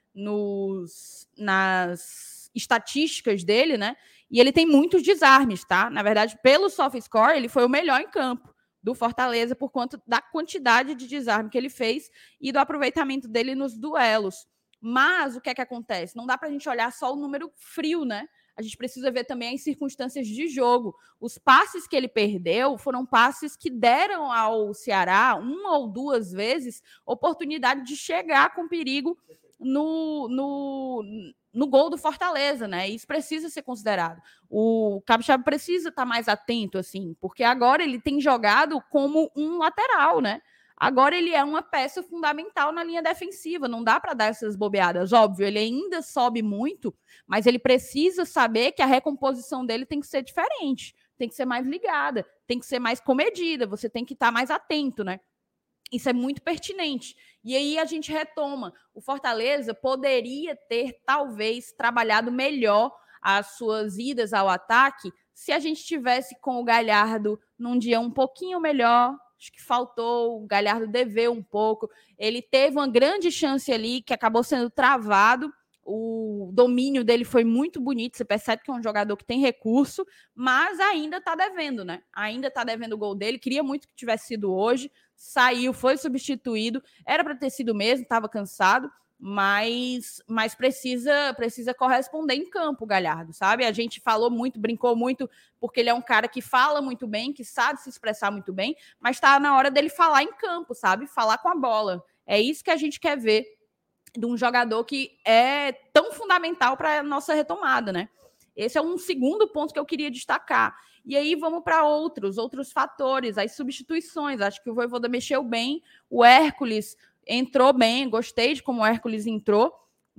nos, nas estatísticas dele, né? E ele tem muitos desarmes, tá? Na verdade, pelo soft score, ele foi o melhor em campo do Fortaleza por conta da quantidade de desarme que ele fez e do aproveitamento dele nos duelos. Mas o que é que acontece? Não dá para a gente olhar só o número frio, né? A gente precisa ver também as circunstâncias de jogo. Os passes que ele perdeu foram passes que deram ao Ceará, uma ou duas vezes, oportunidade de chegar com perigo no, no, no gol do Fortaleza, né? Isso precisa ser considerado. O Capixaba precisa estar mais atento, assim, porque agora ele tem jogado como um lateral, né? Agora ele é uma peça fundamental na linha defensiva, não dá para dar essas bobeadas. Óbvio, ele ainda sobe muito, mas ele precisa saber que a recomposição dele tem que ser diferente, tem que ser mais ligada, tem que ser mais comedida, você tem que estar mais atento, né? Isso é muito pertinente. E aí a gente retoma. O Fortaleza poderia ter, talvez, trabalhado melhor as suas idas ao ataque se a gente tivesse com o Galhardo num dia um pouquinho melhor. Acho que faltou, o Galhardo deveu um pouco. Ele teve uma grande chance ali que acabou sendo travado. O domínio dele foi muito bonito. Você percebe que é um jogador que tem recurso, mas ainda está devendo, né? Ainda está devendo o gol dele. Queria muito que tivesse sido hoje. Saiu, foi substituído. Era para ter sido mesmo, estava cansado. Mas, mas precisa, precisa corresponder em campo, Galhardo, sabe? A gente falou muito, brincou muito, porque ele é um cara que fala muito bem, que sabe se expressar muito bem, mas está na hora dele falar em campo, sabe? Falar com a bola. É isso que a gente quer ver de um jogador que é tão fundamental para a nossa retomada, né? Esse é um segundo ponto que eu queria destacar. E aí vamos para outros, outros fatores, as substituições. Acho que o Vojvoda mexeu bem, o Hércules entrou bem, gostei de como o Hércules entrou,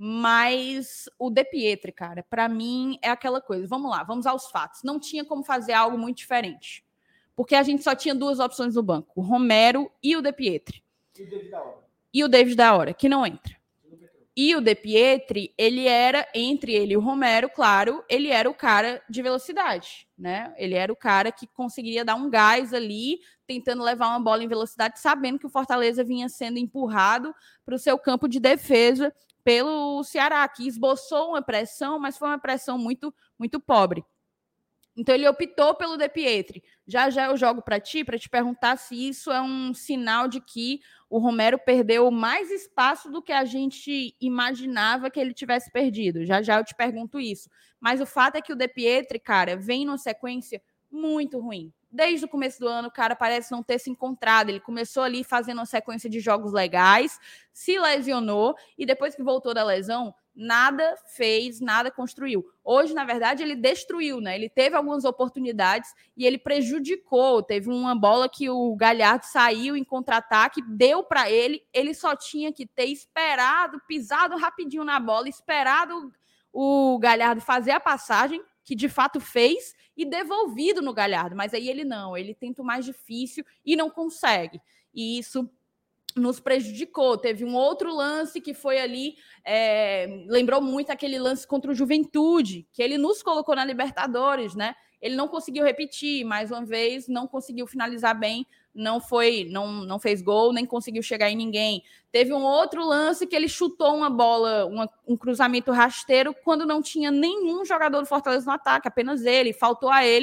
mas o De Pietri, cara, para mim é aquela coisa. Vamos lá, vamos aos fatos. Não tinha como fazer algo muito diferente, porque a gente só tinha duas opções no banco, o Romero e o De Pietri. E o David da Hora. E o David da Hora, que não entra. E o De Pietri, ele era, entre ele e o Romero, claro, ele era o cara de velocidade, né? Ele era o cara que conseguiria dar um gás ali, tentando levar uma bola em velocidade, sabendo que o Fortaleza vinha sendo empurrado para o seu campo de defesa pelo Ceará, que esboçou uma pressão, mas foi uma pressão muito, muito pobre. Então ele optou pelo De Pietri. Já já eu jogo para ti, para te perguntar se isso é um sinal de que o Romero perdeu mais espaço do que a gente imaginava que ele tivesse perdido. Já já eu te pergunto isso. Mas o fato é que o De Pietri, cara, vem numa sequência muito ruim. Desde o começo do ano, o cara parece não ter se encontrado. Ele começou ali fazendo uma sequência de jogos legais, se lesionou e depois que voltou da lesão, nada fez, nada construiu. Hoje, na verdade, ele destruiu, né? Ele teve algumas oportunidades e ele prejudicou. Teve uma bola que o Galhardo saiu em contra-ataque, deu para ele, ele só tinha que ter esperado, pisado rapidinho na bola, esperado o Galhardo fazer a passagem, que de fato fez, e devolvido no Galhardo. Mas aí ele não, ele tenta o mais difícil e não consegue. E isso nos prejudicou. Teve um outro lance que foi ali, é, lembrou muito aquele lance contra o Juventude, que ele nos colocou na Libertadores, né? Ele não conseguiu repetir, mais uma vez, não conseguiu finalizar bem, não foi, não, não fez gol, nem conseguiu chegar em ninguém. Teve um outro lance que ele chutou uma bola, uma, um cruzamento rasteiro, quando não tinha nenhum jogador do Fortaleza no ataque, apenas ele, faltou a ele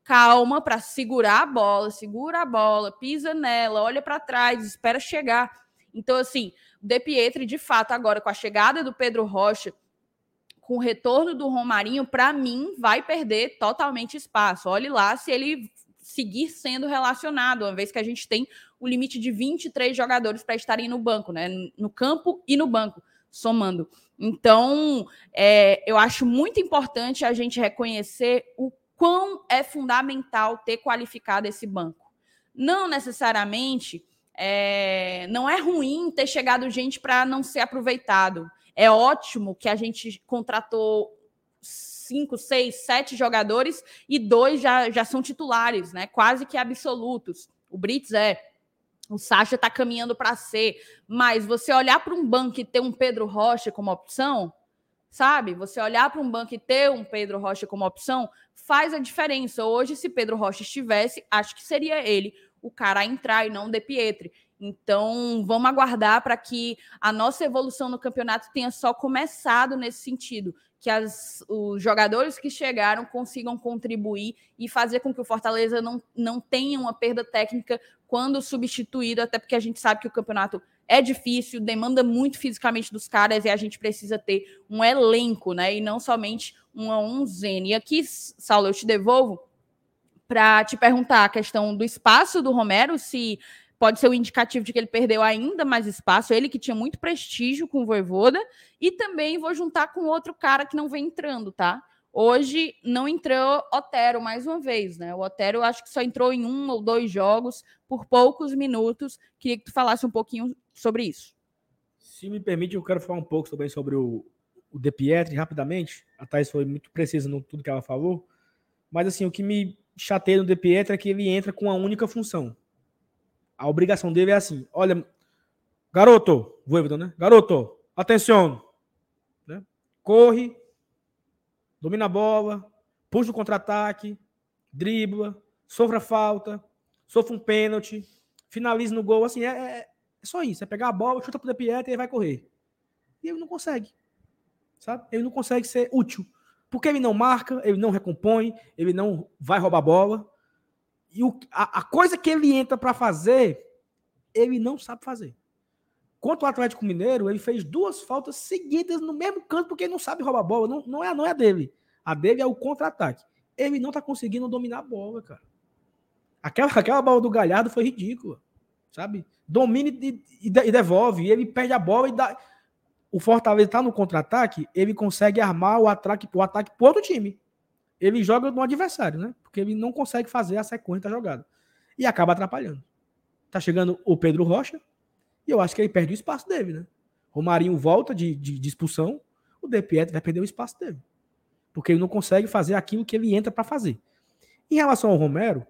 calma para segurar a bola, segura a bola, pisa nela, olha para trás, espera chegar. Então, assim, o De Pietri, de fato, agora com a chegada do Pedro Rocha, com o retorno do Romarinho, para mim, vai perder totalmente espaço. Olhe lá se ele seguir sendo relacionado, uma vez que a gente tem o limite de vinte e três jogadores para estarem no banco, né? No campo e no banco, somando. Então, é, eu acho muito importante a gente reconhecer o quão é fundamental ter qualificado esse banco. Não necessariamente, é, não é ruim ter chegado gente para não ser aproveitado. É ótimo que a gente contratou cinco, seis, sete jogadores e dois já, já são titulares, né? Quase que absolutos. O Brits é, o Sacha está caminhando para ser, mas você olhar para um banco e ter um Pedro Rocha como opção, sabe? Você olhar para um banco e ter um Pedro Rocha como opção faz a diferença. Hoje, se Pedro Rocha estivesse, acho que seria ele o cara a entrar e não o De Pietri. Então, vamos aguardar para que a nossa evolução no campeonato tenha só começado nesse sentido, que as, os jogadores que chegaram consigam contribuir e fazer com que o Fortaleza não, não tenha uma perda técnica quando substituído, até porque a gente sabe que o campeonato é difícil, demanda muito fisicamente dos caras e a gente precisa ter um elenco, né? E não somente um a um Zene. E aqui, Saulo, eu te devolvo para te perguntar a questão do espaço do Romero, se pode ser um indicativo de que ele perdeu ainda mais espaço, ele que tinha muito prestígio com o Vojvoda, e também vou juntar com outro cara que não vem entrando, tá? Hoje não entrou Otero mais uma vez, né? O Otero acho que só entrou em um ou dois jogos por poucos minutos. Queria que tu falasse um pouquinho sobre isso. Se me permite, eu quero falar um pouco também sobre o, o De Pietri, rapidamente. A Thaís foi muito precisa no tudo que ela falou. Mas assim, o que me chateia no De Pietri é que ele entra com uma única função. A obrigação dele é assim, olha, garoto, Vojvoda, né? Garoto, atenção, né? Corre, domina a bola, puxa o contra-ataque, dribla, sofra falta, sofra um pênalti, finaliza no gol, assim, é, é, é só isso, é pegar a bola, chuta pro De Pietri e ele vai correr. E ele não consegue, sabe? Ele não consegue ser útil, porque ele não marca, ele não recompõe, ele não vai roubar a bola. E o, a, a coisa que ele entra para fazer, ele não sabe fazer. Contra o Atlético Mineiro, ele fez duas faltas seguidas no mesmo canto, porque ele não sabe roubar a bola. Não, não, é, não é a dele. A dele é o contra-ataque. Ele não tá conseguindo dominar a bola, cara. Aquela, aquela bola do Galhardo foi ridícula, sabe? Domina e, e, e devolve. Ele perde a bola e dá... O Fortaleza tá no contra-ataque, ele consegue armar o ataque, o ataque pro outro time. Ele joga no adversário, né? Porque ele não consegue fazer a sequência da jogada. E acaba atrapalhando. Tá chegando o Pedro Rocha, e eu acho que ele perde o espaço dele, né? Romarinho volta de, de, de expulsão, o De Pietri vai perder o espaço dele. Porque ele não consegue fazer aquilo que ele entra para fazer. Em relação ao Romero,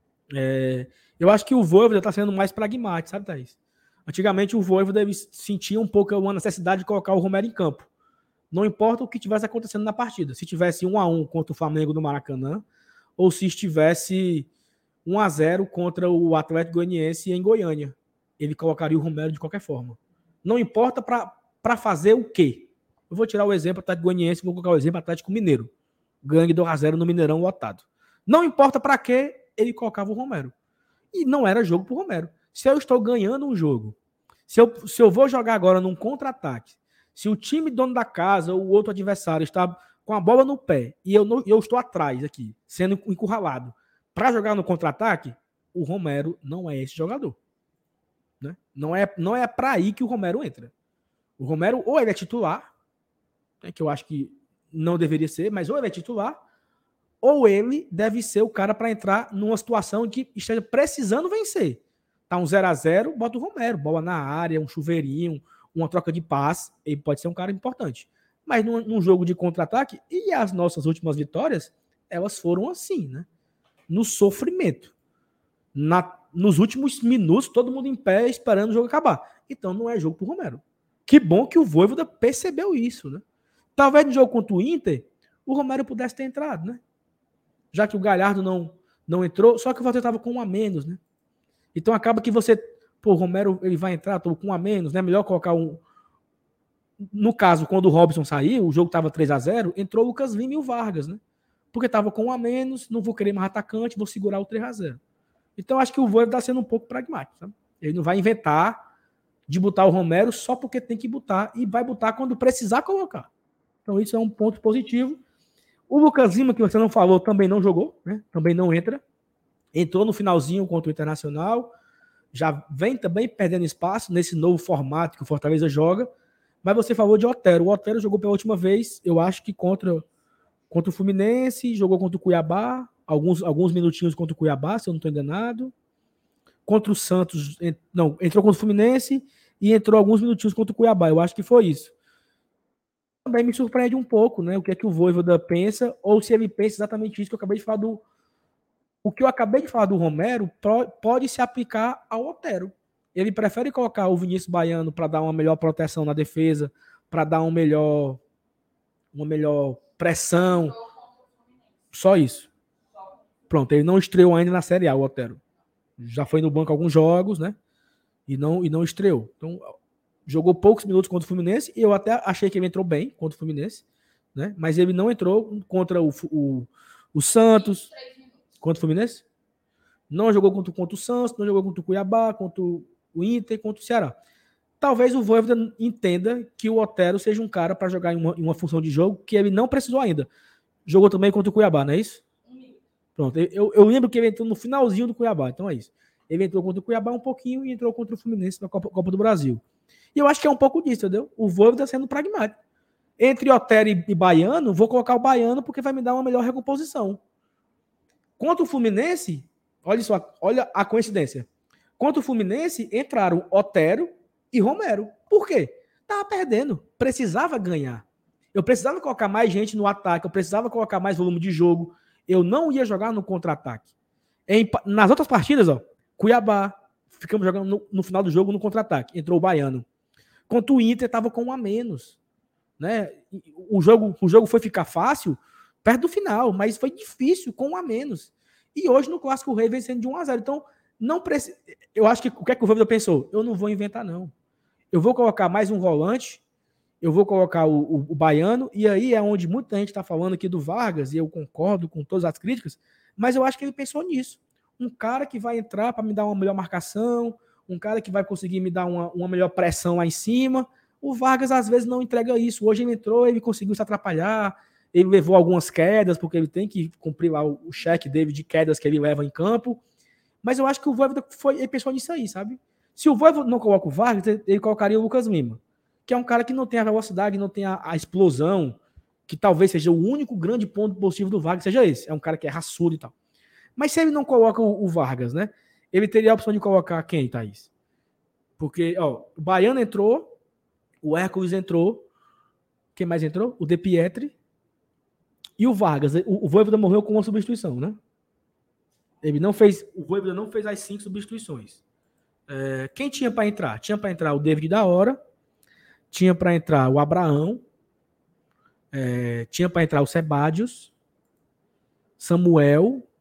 é, eu acho que o Vojvoda tá sendo mais pragmático, sabe, Thaís? Antigamente o Vojvoda sentia um pouco uma necessidade de colocar o Romero em campo. Não importa o que estivesse acontecendo na partida. Se tivesse um a um contra o Flamengo no Maracanã, ou se estivesse um a zero contra o Atlético Goianiense em Goiânia. Ele colocaria o Romero de qualquer forma. Não importa para fazer o quê. Eu vou tirar o exemplo Atlético Goianiense e vou colocar o exemplo Atlético Mineiro. Gangue dois a zero no Mineirão lotado. Não importa para quê, ele colocava o Romero. E não era jogo pro Romero. Se eu estou ganhando um jogo, se eu, se eu vou jogar agora num contra-ataque, se o time dono da casa ou o outro adversário está com a bola no pé e eu, não, eu estou atrás aqui, sendo encurralado, para jogar no contra-ataque, o Romero não é esse jogador. Né? Não é, não é para aí que o Romero entra. O Romero ou ele é titular, né, que eu acho que não deveria ser, mas ou ele é titular, ou ele deve ser o cara para entrar numa situação em que esteja precisando vencer. Tá um zero a zero, bota o Romero, bola na área, um chuveirinho, uma troca de passe, ele pode ser um cara importante. Mas num, num jogo de contra-ataque, e as nossas últimas vitórias, elas foram assim, né? No sofrimento. Na, nos últimos minutos, todo mundo em pé esperando o jogo acabar. Então não é jogo pro Romero. Que bom que o Vojvoda percebeu isso, né? Talvez no jogo contra o Inter, o Romero pudesse ter entrado, né? Já que o Galhardo não, não entrou, só que o Fortaleza estava com um a menos, né? Então acaba que você... Pô, o Romero ele vai entrar, tô com um a menos, né? Melhor colocar um... No caso, quando o Robson saiu, o jogo estava três a zero, entrou o Lucas Lima e o Vargas, né? porque estava com um a menos, não vou querer mais atacante, vou segurar o três a zero. Então, acho que o Voivoda está sendo um pouco pragmático. Sabe? Ele não vai inventar de botar o Romero só porque tem que botar, e vai botar quando precisar colocar. Então, isso é um ponto positivo. O Lucas Lima, que você não falou, também não jogou, né? Também não entra. Entrou no finalzinho contra o Internacional, já vem também perdendo espaço nesse novo formato que o Fortaleza joga. Mas você falou de Otero. O Otero jogou pela última vez, eu acho que contra, contra o Fluminense, jogou contra o Cuiabá, alguns, alguns minutinhos contra o Cuiabá, se eu não estou enganado. Contra o Santos, não, entrou contra o Fluminense e entrou alguns minutinhos contra o Cuiabá, eu acho que foi isso. Também me surpreende um pouco, né, o que é que o Voivoda pensa, ou se ele pensa exatamente isso que eu acabei de falar do... O que eu acabei de falar do Romero pode se aplicar ao Otero. Ele prefere colocar o Vinícius Baiano para dar uma melhor proteção na defesa, para dar um melhor, uma melhor pressão. Só isso. Pronto, ele não estreou ainda na Série A, o Otero. Já foi no banco alguns jogos, né? E não, e não estreou. Então, jogou poucos minutos contra o Fluminense, e eu até achei que ele entrou bem contra o Fluminense, né? Mas ele não entrou contra o, o, o Santos. Contra o Fluminense? Não jogou contra, contra o Santos, não jogou contra o Cuiabá, contra o Inter, contra o Ceará. Talvez o Voivoda entenda que o Otero seja um cara para jogar em uma, em uma função de jogo que ele não precisou ainda. Jogou também contra o Cuiabá, não é isso? Pronto, eu, eu lembro que ele entrou no finalzinho do Cuiabá, então é isso. Ele entrou contra o Cuiabá um pouquinho e entrou contra o Fluminense na Copa, Copa do Brasil. E eu acho que é um pouco disso, entendeu? O Voivoda sendo pragmático. Entre Otero e, e Baiano, vou colocar o Baiano porque vai me dar uma melhor recomposição. Contra o Fluminense, olha só, olha a coincidência. Contra o Fluminense, entraram Otero e Romero. Por quê? Tava perdendo. Precisava ganhar. Eu precisava colocar mais gente no ataque, eu precisava colocar mais volume de jogo. Eu não ia jogar no contra-ataque. Em, nas outras partidas, ó, Cuiabá, ficamos jogando no, no final do jogo no contra-ataque. Entrou o Baiano. Contra o Inter, estava com um a menos. Né? O, jogo, o jogo foi ficar fácil perto do final, mas foi difícil com um a menos. E hoje no Clássico Rei vencendo de um a zero. Então, não precisa. Eu acho que o que é que o Voivoda pensou? Eu não vou inventar, não. Eu vou colocar mais um volante, eu vou colocar o, o, o Baiano, e aí é onde muita gente está falando aqui do Vargas, e eu concordo com todas as críticas, mas eu acho que ele pensou nisso. Um cara que vai entrar para me dar uma melhor marcação, um cara que vai conseguir me dar uma, uma melhor pressão lá em cima. O Vargas, às vezes, não entrega isso. Hoje ele entrou, ele conseguiu se atrapalhar, ele levou algumas quedas, porque ele tem que cumprir lá o, o cheque dele de quedas que ele leva em campo. Mas eu acho que o Voivoda foi, ele pensou nisso aí, sabe? Se o Voivoda não coloca o Vargas, ele colocaria o Lucas Lima, que é um cara que não tem a velocidade, não tem a, a explosão, que talvez seja o único grande ponto positivo do Vargas, seja esse. É um cara que é raçudo e tal. Mas se ele não coloca o, o Vargas, né? Ele teria a opção de colocar quem, Thaís? Porque, ó, o Baiano entrou, o Hércules entrou, quem mais entrou? O De Pietri e o Vargas. O, o Voivoda morreu com uma substituição, né? Ele não fez, o Voivoda não fez as cinco substituições. É, quem tinha para entrar? Tinha para entrar o David da Hora, tinha para entrar o Abraão, é, tinha para entrar o Sebadios, Samuel,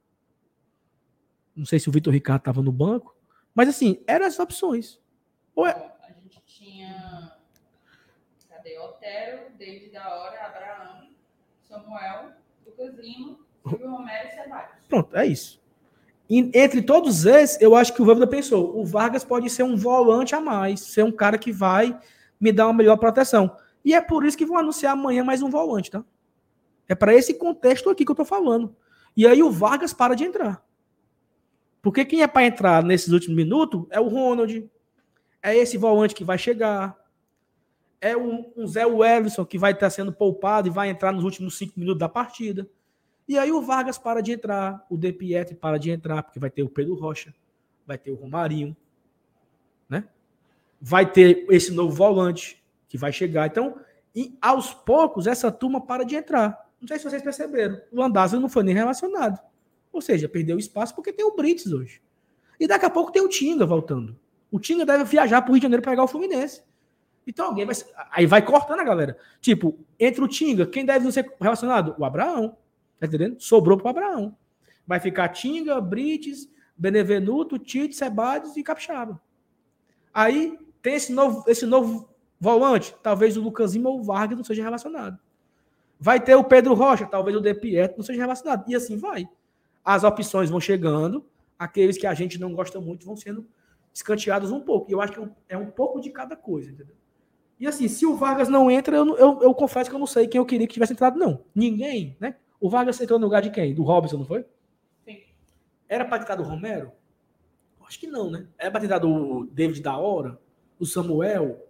não sei se o Vitor Ricardo estava no banco, mas assim, eram as opções. Ou é... A gente tinha, cadê? Otero, David da Hora, Abraão, Samuel, Lucas Lima, Silvio Romero e Sebadios. Pronto, é isso. E, entre todos esses, eu acho que o Voivoda pensou, o Vargas pode ser um volante a mais, ser um cara que vai me dar uma melhor proteção. E é por isso que vão anunciar amanhã mais um volante, tá? É para esse contexto aqui que eu tô falando. E aí o Vargas para de entrar. Porque quem é para entrar nesses últimos minutos é o Ronald, é esse volante que vai chegar, é um, um Zé Wellison que vai estar sendo poupado e vai entrar nos últimos cinco minutos da partida. E aí o Vargas para de entrar, o De Pietri para de entrar, porque vai ter o Pedro Rocha, vai ter o Romarinho, né? Vai ter esse novo volante que vai chegar. Então, e aos poucos, essa turma para de entrar. Não sei se vocês perceberam, o Landázuri não foi nem relacionado. Ou seja, perdeu espaço porque tem o Brits hoje. E daqui a pouco tem o Tinga voltando. O Tinga deve viajar para o Rio de Janeiro para pegar o Fluminense. Então alguém vai... Aí vai cortando a galera. Tipo, entre o Tinga, quem deve não ser relacionado? O Abraão. Tá entendendo? Sobrou pro Abraão. Vai ficar Tinga, Brites, Benevenuto, Tite, Sebadios e Capixaba. Aí tem esse novo, esse novo volante. Talvez o Lucas Lima ou o Vargas não seja relacionado. Vai ter o Pedro Rocha, talvez o De Pietro não seja relacionado. E assim vai. As opções vão chegando, aqueles que a gente não gosta muito vão sendo escanteados um pouco. E eu acho que é um pouco de cada coisa, entendeu? E assim, se o Vargas não entra, eu, eu, eu confesso que eu não sei quem eu queria que tivesse entrado, não. Ninguém, né? O Vargas entrou no lugar de quem? Do Robson, não foi? Sim. Era para ter dado o Romero? Acho que não, né? Era para ter dado o David da Hora, o Samuel.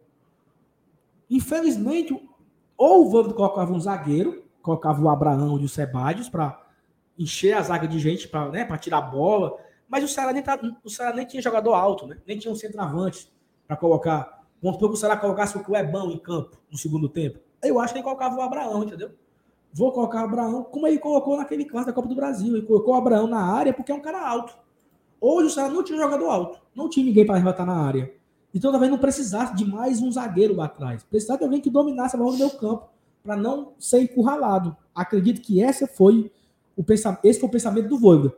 Infelizmente, ou o Voivoda colocava um zagueiro, colocava o Abraão e o Sebadios para encher a zaga de gente, para, né, para tirar a bola. Mas o Ceará nem, tá, o Ceará nem tinha jogador alto, né? Nem tinha um centroavante para colocar. Vamos supor que o Ceará colocasse o Clebão em campo no segundo tempo. Eu acho que ele colocava o Abraão, entendeu? Vou colocar o Abraão, como ele colocou naquele clássico da Copa do Brasil. Ele colocou o Abraão na área porque é um cara alto. Hoje o Ceará não tinha jogador alto. Não tinha ninguém para arrebatar na área. Então talvez não precisasse de mais um zagueiro lá atrás. Precisava de alguém que dominasse a bola no meu campo para não ser encurralado. Acredito que essa foi o pensamento, esse foi o pensamento do Voivoda.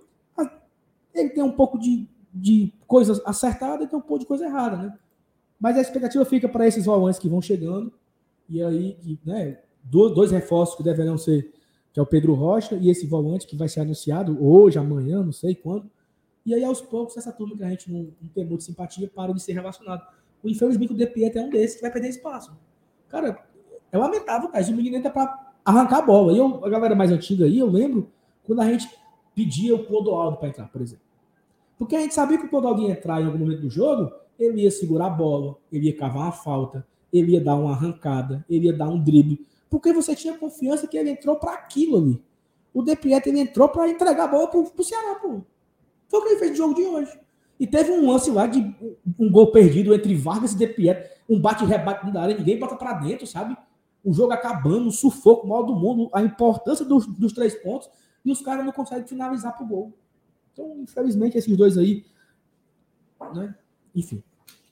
Ele tem um pouco de, de coisas acertadas e tem um pouco de coisa errada, né? Mas a expectativa fica para esses volantes que vão chegando. E aí, né, dois reforços que deverão ser, que é o Pedro Rocha e esse volante que vai ser anunciado hoje, amanhã, não sei quando. E aí, aos poucos, essa turma que a gente não, não tem muita simpatia para de ser relacionado. O infelizmente, o De Pietro é um desses que vai perder espaço. Cara, é lamentável, cara. O menino entra para arrancar a bola. E eu, a galera mais antiga aí, eu lembro quando a gente pedia o Clodoaldo para entrar, por exemplo. Porque a gente sabia que o Clodoaldo ia entrar em algum momento do jogo, ele ia segurar a bola, ele ia cavar uma falta, ele ia dar uma arrancada, ele ia dar um drible. Porque você tinha confiança que ele entrou para aquilo ali. O De Pietro, ele entrou para entregar a bola pro, pro Ceará, pô. Foi o que ele fez no jogo de hoje. E teve um lance lá de um gol perdido entre Vargas e De Pietro, um bate-rebate da área, ninguém bota para dentro, sabe? O jogo acabando, o sufoco, o maior do mundo, a importância dos, dos três pontos, e os caras não conseguem finalizar pro gol. Então, infelizmente, esses dois aí, né? Enfim.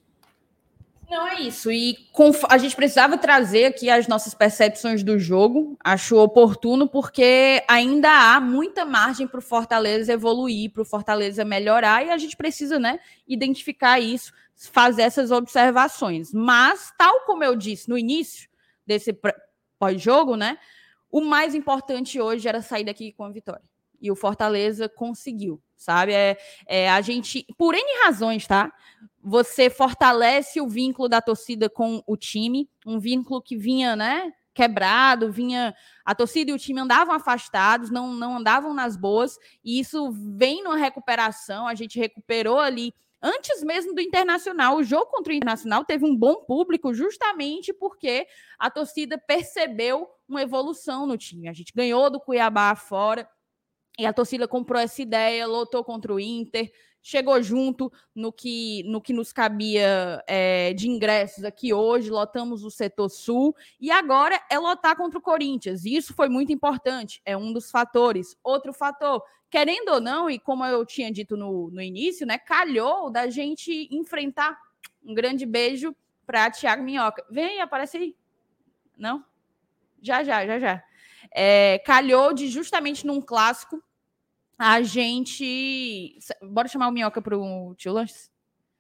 Não, é isso. E com, a gente precisava trazer aqui as nossas percepções do jogo. Acho oportuno, porque ainda há muita margem para o Fortaleza evoluir, para o Fortaleza melhorar, e a gente precisa, né, identificar isso, fazer essas observações. Mas, tal como eu disse no início desse pós-jogo, né, o mais importante hoje era sair daqui com a vitória. E o Fortaleza conseguiu, sabe? É, é, a gente, por N razões, tá? Você fortalece o vínculo da torcida com o time, um vínculo que vinha, né, quebrado, vinha, a torcida e o time andavam afastados, não, não andavam nas boas, e isso vem numa recuperação, a gente recuperou ali, antes mesmo do Internacional, o jogo contra o Internacional teve um bom público justamente porque a torcida percebeu uma evolução no time, a gente ganhou do Cuiabá fora, e a torcida comprou essa ideia, lotou contra o Inter, chegou junto no que, no que nos cabia é, de ingressos aqui hoje, lotamos o setor sul, e agora é lotar contra o Corinthians. E isso foi muito importante, é um dos fatores. Outro fator, querendo ou não, e como eu tinha dito no, no início, né, calhou da gente enfrentar. Um grande beijo para Thiago Minhoca. Vem, aparece aí. Não? Já, já, já, já. É, calhou de justamente num clássico a gente... Bora chamar o Minhoca para o tio Lanches?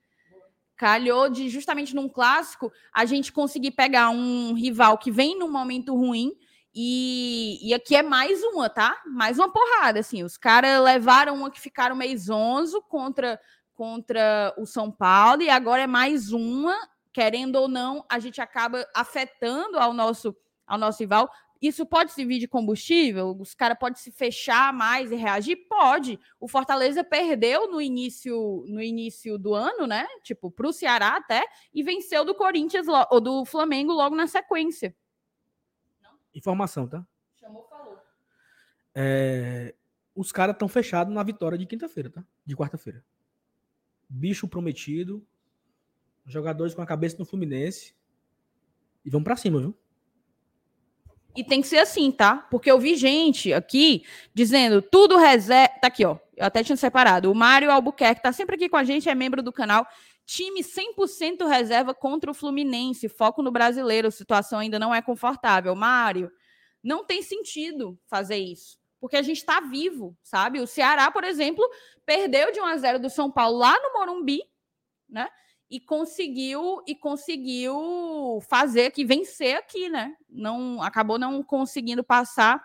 Calhou de, justamente num clássico, a gente conseguir pegar um rival que vem num momento ruim e, e aqui é mais uma, tá? Mais uma porrada, assim. Os caras levaram uma que ficaram meio zonzo contra, contra o São Paulo e agora é mais uma. Querendo ou não, a gente acaba afetando ao nosso, ao nosso rival. Isso pode servir de combustível? Os caras podem se fechar mais e reagir? Pode. O Fortaleza perdeu no início, no início do ano, né? Tipo, pro Ceará até, e venceu do Corinthians ou do Flamengo logo na sequência. Informação, tá? Chamou, falou. É, os caras estão fechados na vitória de quinta-feira, tá? De quarta-feira. Bicho prometido. Jogadores com a cabeça no Fluminense. E vamos pra cima, viu? E tem que ser assim, tá? Porque eu vi gente aqui dizendo tudo reserva. Tá aqui, ó. Eu até tinha separado. O Mário Albuquerque tá sempre aqui com a gente, é membro do canal. Time cem por cento reserva contra o Fluminense. Foco no brasileiro. A situação ainda não é confortável. Mário, não tem sentido fazer isso. Porque a gente tá vivo, sabe? O Ceará, por exemplo, perdeu de um a zero do São Paulo lá no Morumbi, né? e conseguiu e conseguiu fazer aqui, vencer aqui, né? Não, acabou não conseguindo passar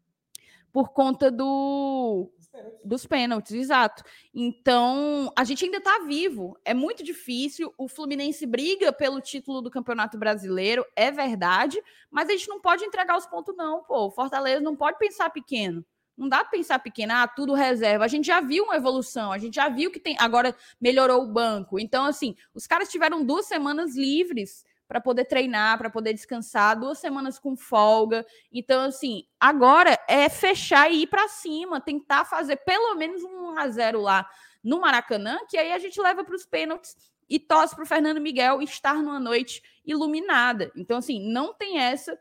por conta do, dos pênaltis, exato. Então, a gente ainda está vivo. É muito difícil. O Fluminense briga pelo título do Campeonato Brasileiro, é verdade, mas a gente não pode entregar os pontos, não, pô. O Fortaleza não pode pensar pequeno. Não dá para pensar pequeno, ah, tudo reserva. A gente já viu uma evolução, a gente já viu que tem. Agora melhorou o banco. Então, assim, os caras tiveram duas semanas livres para poder treinar, para poder descansar, duas semanas com folga. Então, assim, agora é fechar e ir para cima, tentar fazer pelo menos um um a zero lá no Maracanã, que aí a gente leva para os pênaltis e torce para o Fernando Miguel estar numa noite iluminada. Então, assim, não tem essa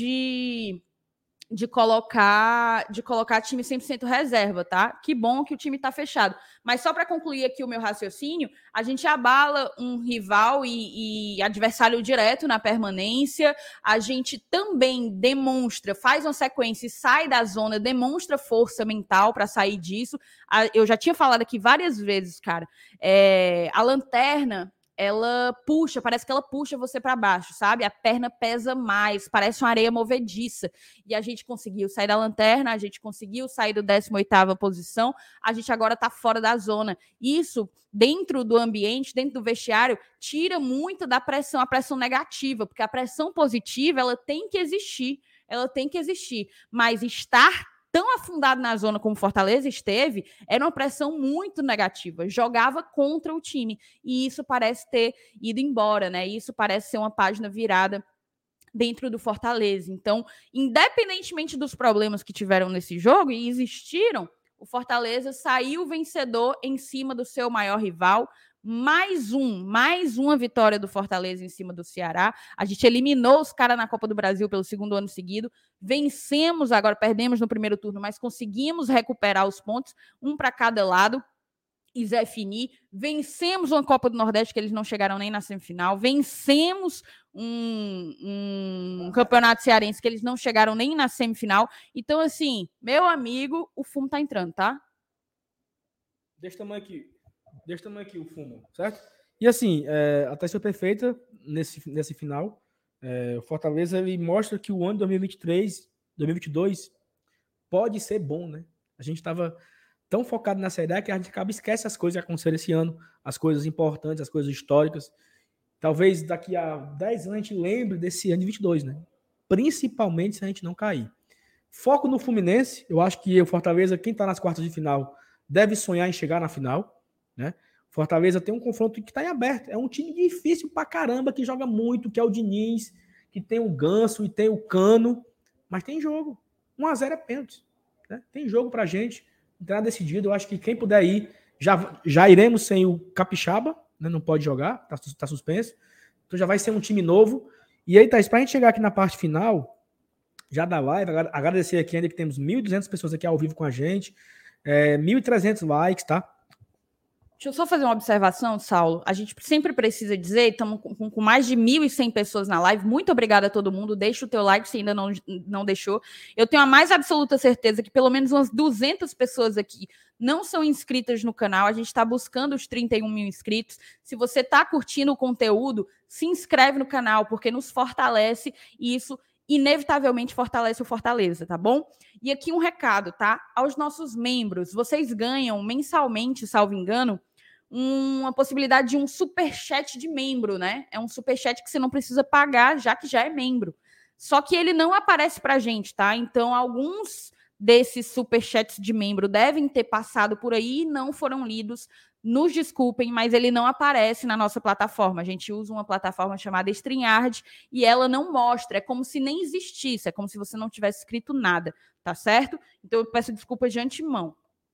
de de colocar de colocar time cem por cento reserva, tá? Que bom que o time tá fechado. Mas só para concluir aqui o meu raciocínio, a gente abala um rival e, e adversário direto na permanência, a gente também demonstra, faz uma sequência e sai da zona, demonstra força mental para sair disso. Eu já tinha falado aqui várias vezes, cara, é, a lanterna ela puxa, parece que ela puxa você para baixo, sabe? A perna pesa mais, parece uma areia movediça. E a gente conseguiu sair da lanterna, a gente conseguiu sair do décima oitava posição, a gente agora está fora da zona. Isso, dentro do ambiente, dentro do vestiário, tira muito da pressão, a pressão negativa, porque a pressão positiva, ela tem que existir, ela tem que existir. Mas estar tão afundado na zona como Fortaleza esteve, era uma pressão muito negativa, jogava contra o time, e isso parece ter ido embora, né? Isso parece ser uma página virada dentro do Fortaleza. Então, independentemente dos problemas que tiveram nesse jogo, e existiram, o Fortaleza saiu vencedor em cima do seu maior rival. Mais um, mais uma vitória do Fortaleza em cima do Ceará. A gente eliminou os caras na Copa do Brasil pelo segundo ano seguido. Vencemos, agora perdemos no primeiro turno, mas conseguimos recuperar os pontos, um para cada lado. E Zé Fini, vencemos uma Copa do Nordeste que eles não chegaram nem na semifinal, vencemos um, um campeonato cearense que eles não chegaram nem na semifinal. Então, assim, meu amigo, o fumo tá entrando, tá? Desse tamanho aqui. Desse tamanho aqui o fumo, certo? E assim, é, a taxa perfeita nesse, nesse final. É, o Fortaleza ele mostra que o ano de dois mil e vinte e três, dois mil e vinte e dois pode ser bom, né? A gente estava tão focado na Série A que a gente acaba esquece as coisas que aconteceram esse ano, as coisas importantes, as coisas históricas. Talvez daqui a dez anos a gente lembre desse ano de vinte e dois, né? Principalmente se a gente não cair. Foco no Fluminense. Eu acho que o Fortaleza, quem está nas quartas de final, deve sonhar em chegar na final, né? Fortaleza tem um confronto que está em aberto. É um time difícil pra caramba, que joga muito, que é o Diniz, que tem o Ganso e tem o Cano, mas tem jogo. um a zero é pênalti, né? Tem jogo pra gente. Entrar decidido. Eu acho que quem puder ir, já, já iremos sem o Capixaba, né? Não pode jogar, tá, tá suspenso. Então já vai ser um time novo. E aí, Thaís, pra gente chegar aqui na parte final, já da live, agradecer aqui ainda que temos mil e duzentas pessoas aqui ao vivo com a gente, é, mil e trezentos likes, tá? Deixa eu só fazer uma observação, Saulo. A gente sempre precisa dizer, estamos com, com mais de mil e cem pessoas na live. Muito obrigada a todo mundo. Deixa o teu like se ainda não, não deixou. Eu tenho a mais absoluta certeza que pelo menos umas duzentas pessoas aqui não são inscritas no canal. A gente está buscando os trinta e um mil inscritos. Se você está curtindo o conteúdo, se inscreve no canal, porque nos fortalece e isso inevitavelmente fortalece o Fortaleza, tá bom? E aqui um recado, tá? Aos nossos membros, vocês ganham mensalmente, salvo engano, uma possibilidade de um superchat de membro, né? É um superchat que você não precisa pagar, já que já é membro. Só que ele não aparece pra gente, tá? Então, alguns desses superchats de membro devem ter passado por aí e não foram lidos. Nos desculpem, mas ele não aparece na nossa plataforma. A gente usa uma plataforma chamada StreamYard e ela não mostra. É como se nem existisse. É como se você não tivesse escrito nada, tá certo? Então, eu peço desculpas de antemão.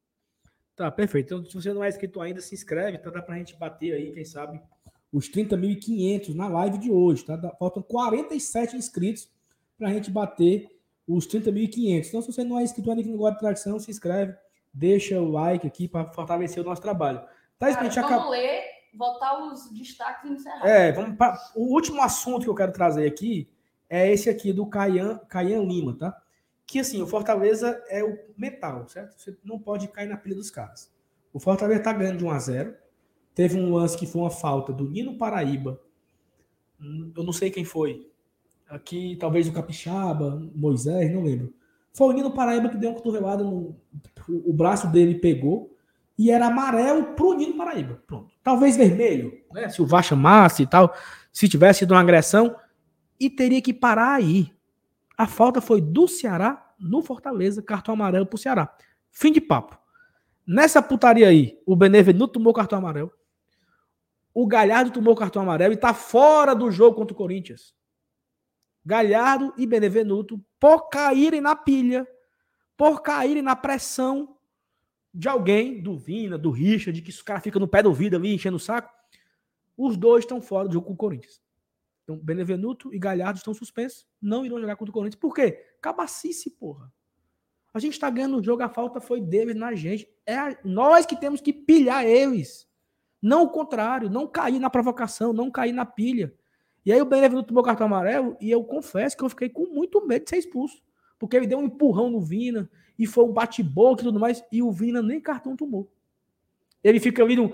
Tá, perfeito. Então, se você não é inscrito ainda, se inscreve, tá? Dá pra gente bater aí, quem sabe, os trinta mil e quinhentos na live de hoje, tá? Faltam quarenta e sete inscritos pra gente bater os trinta mil e quinhentos. Então, se você não é inscrito ainda aqui no Guarda Tradição, se inscreve, deixa o like aqui para fortalecer o nosso trabalho. Tá, Cara, vamos acaba... ler, botar os destaques e encerrar. É, vamos pra... O último assunto que eu quero trazer aqui é esse aqui do Caian, Caian Lima, tá? Que assim, o Fortaleza é o metal, certo? Você não pode cair na pilha dos caras. O Fortaleza tá ganhando de um a zero. teve um lance que foi uma falta do Nino Paraíba. Eu não sei quem foi. Aqui, talvez o Capixaba, Moisés, não lembro. Foi o Nino Paraíba que deu uma cotovelada, no, o braço dele pegou, e era amarelo pro Nino Paraíba. Pronto. Talvez vermelho, né? Se o V A R chamasse e tal, se tivesse sido uma agressão, e teria que parar aí. A falta foi do Ceará no Fortaleza, cartão amarelo pro Ceará. Fim de papo. Nessa putaria aí, o Benevenuto tomou cartão amarelo, o Galhardo tomou cartão amarelo e tá fora do jogo contra o Corinthians. Galhardo e Benevenuto, por caírem na pilha, por caírem na pressão de alguém, do Vina, do Richard, que os caras ficam no pé do ouvido ali, enchendo o saco, os dois estão fora do jogo com o Corinthians. Então, Benevenuto e Galhardo estão suspensos, não irão jogar contra o Corinthians. Por quê? Cabacice, porra. A gente tá ganhando o jogo, a falta foi deles na gente. É a, nós que temos que pilhar eles. Não o contrário, não cair na provocação, não cair na pilha. E aí o Benevenuto tomou cartão amarelo e eu confesso que eu fiquei com muito medo de ser expulso. Porque ele deu um empurrão no Vina e foi um bate-boca e tudo mais, e o Vina nem cartão tomou. Ele fica ali no...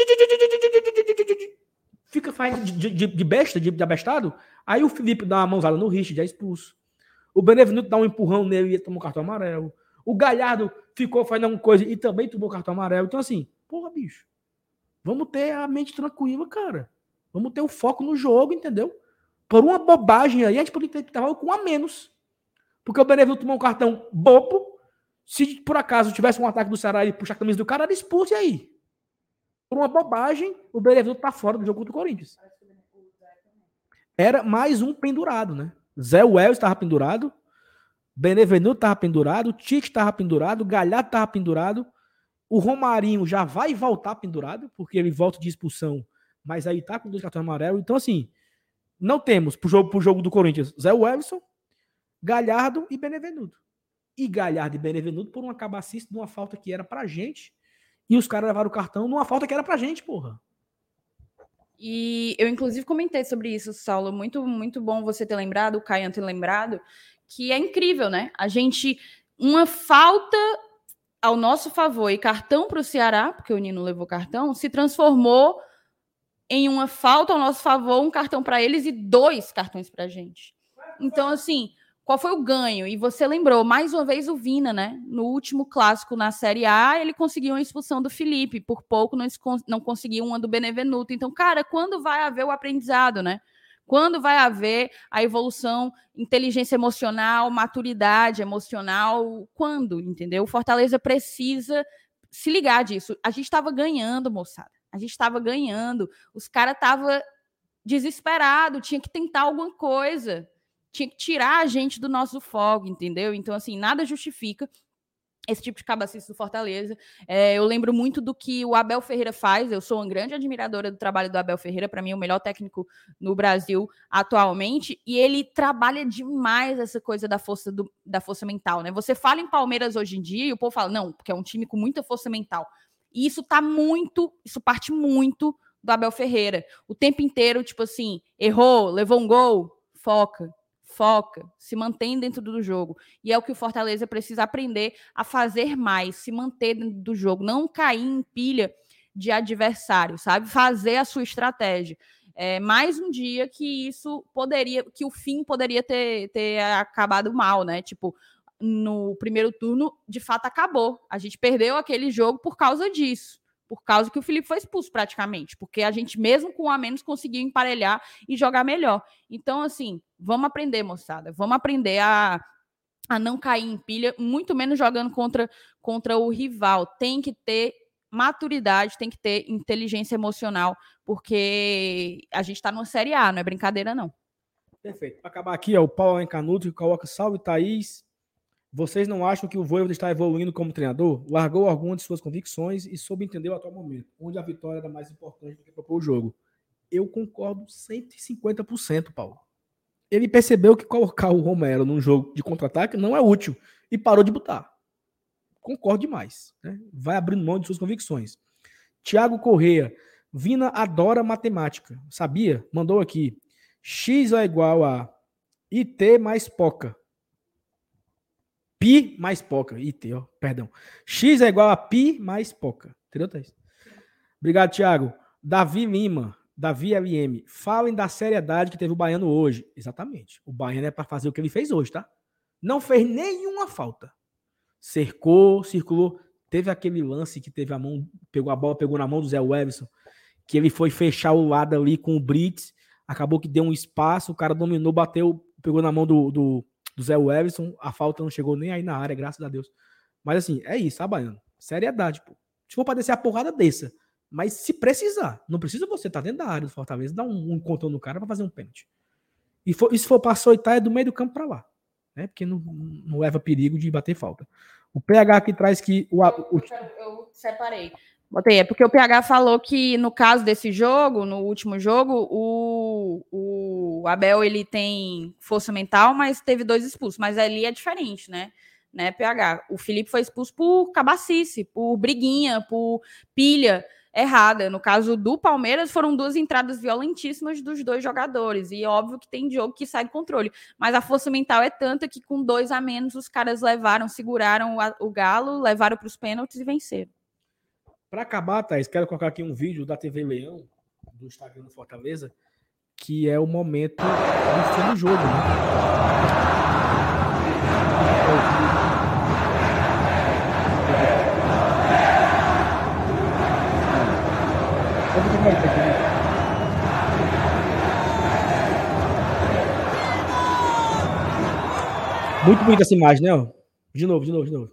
Fica fazendo de, de, de besta, de, de abestado. Aí o Felipe dá uma mãozada no Richard, já é expulso. O Benevenuto dá um empurrão nele e tomou cartão amarelo. O Galhardo ficou fazendo alguma coisa e também tomou cartão amarelo. Então assim, porra, bicho. Vamos ter a mente tranquila, cara. Vamos ter o foco no jogo, entendeu? Por uma bobagem aí, a gente poderia ter trabalhado com um a menos. Porque o Benevenuto tomou um cartão bobo. Se por acaso tivesse um ataque do Ceará e puxar a camisa do cara, era expulso e aí. Por uma bobagem, o Benevenuto tá fora do jogo contra o Corinthians. Era mais um pendurado, né? Zé Wells estava pendurado, Benevenuto estava pendurado, Tite estava pendurado, Galhardo estava pendurado, o Romarinho já vai voltar pendurado, porque ele volta de expulsão, mas aí tá com dois cartões amarelos. Então, assim, não temos pro jogo, pro jogo do Corinthians Zé Welson, Galhardo e Benevenuto. E Galhardo e Benevenuto por uma cabacice de uma falta que era pra gente, e os caras levaram o cartão numa falta que era pra gente, porra. E eu, inclusive, comentei sobre isso, Saulo. Muito, muito bom você ter lembrado, o Caian ter lembrado, que é incrível, né? A gente, uma falta ao nosso favor e cartão para o Ceará, porque o Nino levou cartão, se transformou em uma falta ao nosso favor, um cartão para eles e dois cartões para a gente. Então, assim, qual foi o ganho? E você lembrou, mais uma vez, o Vina, né? No último clássico na Série A, ele conseguiu uma expulsão do Felipe, por pouco não, não conseguiu uma do Benevenuto. Então, cara, quando vai haver o aprendizado, né? Quando vai haver a evolução, inteligência emocional, maturidade emocional? Quando, entendeu? O Fortaleza precisa se ligar disso. A gente estava ganhando, moçada. A gente estava ganhando. Os caras estavam desesperados, tinha que tentar alguma coisa. Tinha que tirar a gente do nosso fogo, entendeu? Então, assim, nada justifica esse tipo de cabacice do Fortaleza. É, eu lembro muito do que o Abel Ferreira faz. Eu sou uma grande admiradora do trabalho do Abel Ferreira. Para mim, o melhor técnico no Brasil atualmente. E ele trabalha demais essa coisa da força, do, da força mental, né? Você fala em Palmeiras hoje em dia e o povo fala, não, porque é um time com muita força mental. E isso tá muito, isso parte muito do Abel Ferreira. O tempo inteiro, tipo assim, errou, levou um gol, foca. Foca, se mantém dentro do jogo. E é o que o Fortaleza precisa aprender a fazer mais, se manter dentro do jogo, não cair em pilha de adversário, sabe? Fazer a sua estratégia. É mais um dia que isso poderia, que o fim poderia ter, ter acabado mal, né? Tipo, no primeiro turno, de fato, acabou. A gente perdeu aquele jogo por causa disso. Por causa que o Felipe foi expulso praticamente, porque a gente, mesmo com um a menos, conseguiu emparelhar e jogar melhor. Então, assim, vamos aprender, moçada. Vamos aprender a, a não cair em pilha, muito menos jogando contra, contra o rival. Tem que ter maturidade, tem que ter inteligência emocional, porque a gente está numa Série A, não é brincadeira, não. Perfeito. Para acabar aqui, ó, o Paulo Encanuto que coloca salve, Thaís. Vocês não acham que o Voivoda está evoluindo como treinador? Largou algumas de suas convicções e soube entender o atual momento, onde a vitória era mais importante do que propor o jogo. Eu concordo cento e cinquenta por cento, Paulo. Ele percebeu que colocar o Romero num jogo de contra-ataque não é útil e parou de botar. Concordo demais. Né? Vai abrindo mão de suas convicções. Tiago Corrêa. Vina adora matemática. Sabia? Mandou aqui. X é igual a I T mais Poca. Pi mais Poca. I T, ó. Perdão. X é igual a Pi mais Poca. Entendeu, Thaís? Obrigado, Thiago. Davi Lima, Davi L M, falem da seriedade que teve o Baiano hoje. Exatamente. O Baiano é para fazer o que ele fez hoje, tá? Não fez nenhuma falta. Cercou, circulou. Teve aquele lance que teve a mão, pegou a bola, pegou na mão do Zé Everson, que ele foi fechar o lado ali com o Brits, acabou que deu um espaço, o cara dominou, bateu, pegou na mão do, do, do Zé Everson, a falta não chegou nem aí na área, graças a Deus. Mas assim, é isso, tá, Baiano? Seriedade, pô. Se for pra descer a porrada, desça. Mas se precisar, não precisa você estar tá dentro da área do Fortaleza, dar um, um encontrão no cara pra fazer um pênalti. E, for, e se for pra açoitar, é do meio do campo pra lá. Né? Porque não, não leva perigo de bater falta. O P H aqui traz que... O, o... Eu, eu separei. Botei, é porque o P H falou que no caso desse jogo, no último jogo, o, o Abel ele tem força mental, mas teve dois expulsos. Mas ali é diferente, né? né, P H? O Felipe foi expulso por cabacice, por briguinha, por pilha errada. No caso do Palmeiras, foram duas entradas violentíssimas dos dois jogadores. E óbvio que tem jogo que sai do controle. Mas a força mental é tanta que com dois a menos os caras levaram, seguraram o, o Galo, levaram para os pênaltis e venceram. Para acabar, Thaís, quero colocar aqui um vídeo da T V Leão, do Instagram do Fortaleza, que é o momento do fim do jogo, né? Muito bonita essa imagem, né? De novo, de novo, de novo.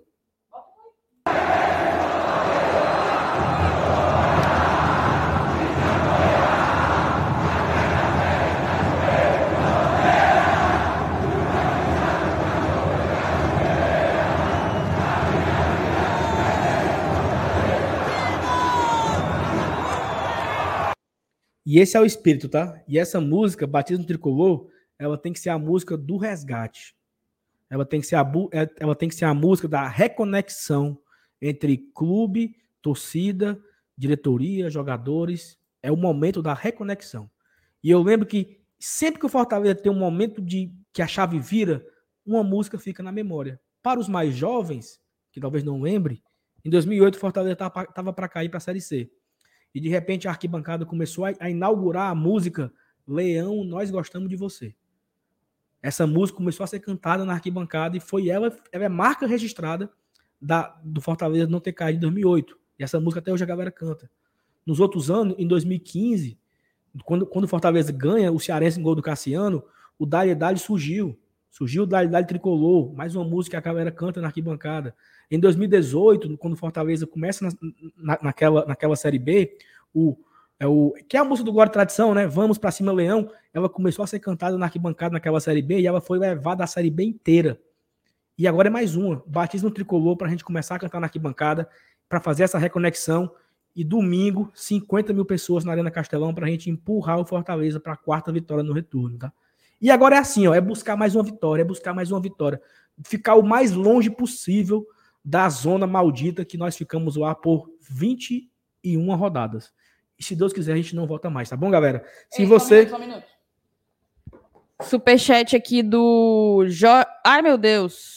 E esse é o espírito, tá? E essa música, Batismo Tricolor, ela tem que ser a música do resgate. Ela tem que ser a, ela tem que ser a música da reconexão entre clube, torcida, diretoria, jogadores. É o momento da reconexão. E eu lembro que sempre que o Fortaleza tem um momento de que a chave vira, uma música fica na memória. Para os mais jovens, que talvez não lembre, em dois mil e oito o Fortaleza estava para cair para a Série C. E de repente a arquibancada começou a, a inaugurar a música Leão, Nós Gostamos de Você. Essa música começou a ser cantada na arquibancada e foi ela, ela é marca registrada da, do Fortaleza não ter caído em dois mil e oito. E essa música até hoje a galera canta. Nos outros anos, em dois mil e quinze, quando, quando o Fortaleza ganha o cearense em gol do Cassiano, o Dali Dali surgiu. Surgiu o Dali Dali Tricolor, mais uma música que a galera canta na arquibancada. Em dois mil e dezoito, quando o Fortaleza começa na, na, naquela, naquela Série B, o, é o, que é a música do Glória e Tradição, né? Vamos pra cima, Leão. Ela começou a ser cantada na arquibancada naquela Série B e ela foi levada à Série B inteira. E agora é mais uma, Batismo Tricolor, pra gente começar a cantar na arquibancada, para fazer essa reconexão. E domingo, cinquenta mil pessoas na Arena Castelão pra gente empurrar o Fortaleza para a quarta vitória no retorno, tá? E agora é assim, ó, é buscar mais uma vitória, é buscar mais uma vitória. Ficar o mais longe possível da zona maldita que nós ficamos lá por vinte e uma rodadas. E se Deus quiser, a gente não volta mais, tá bom, galera? Se Ei, você... Só um minuto, só um minuto. Superchat aqui do... Jo... Ai, meu Deus.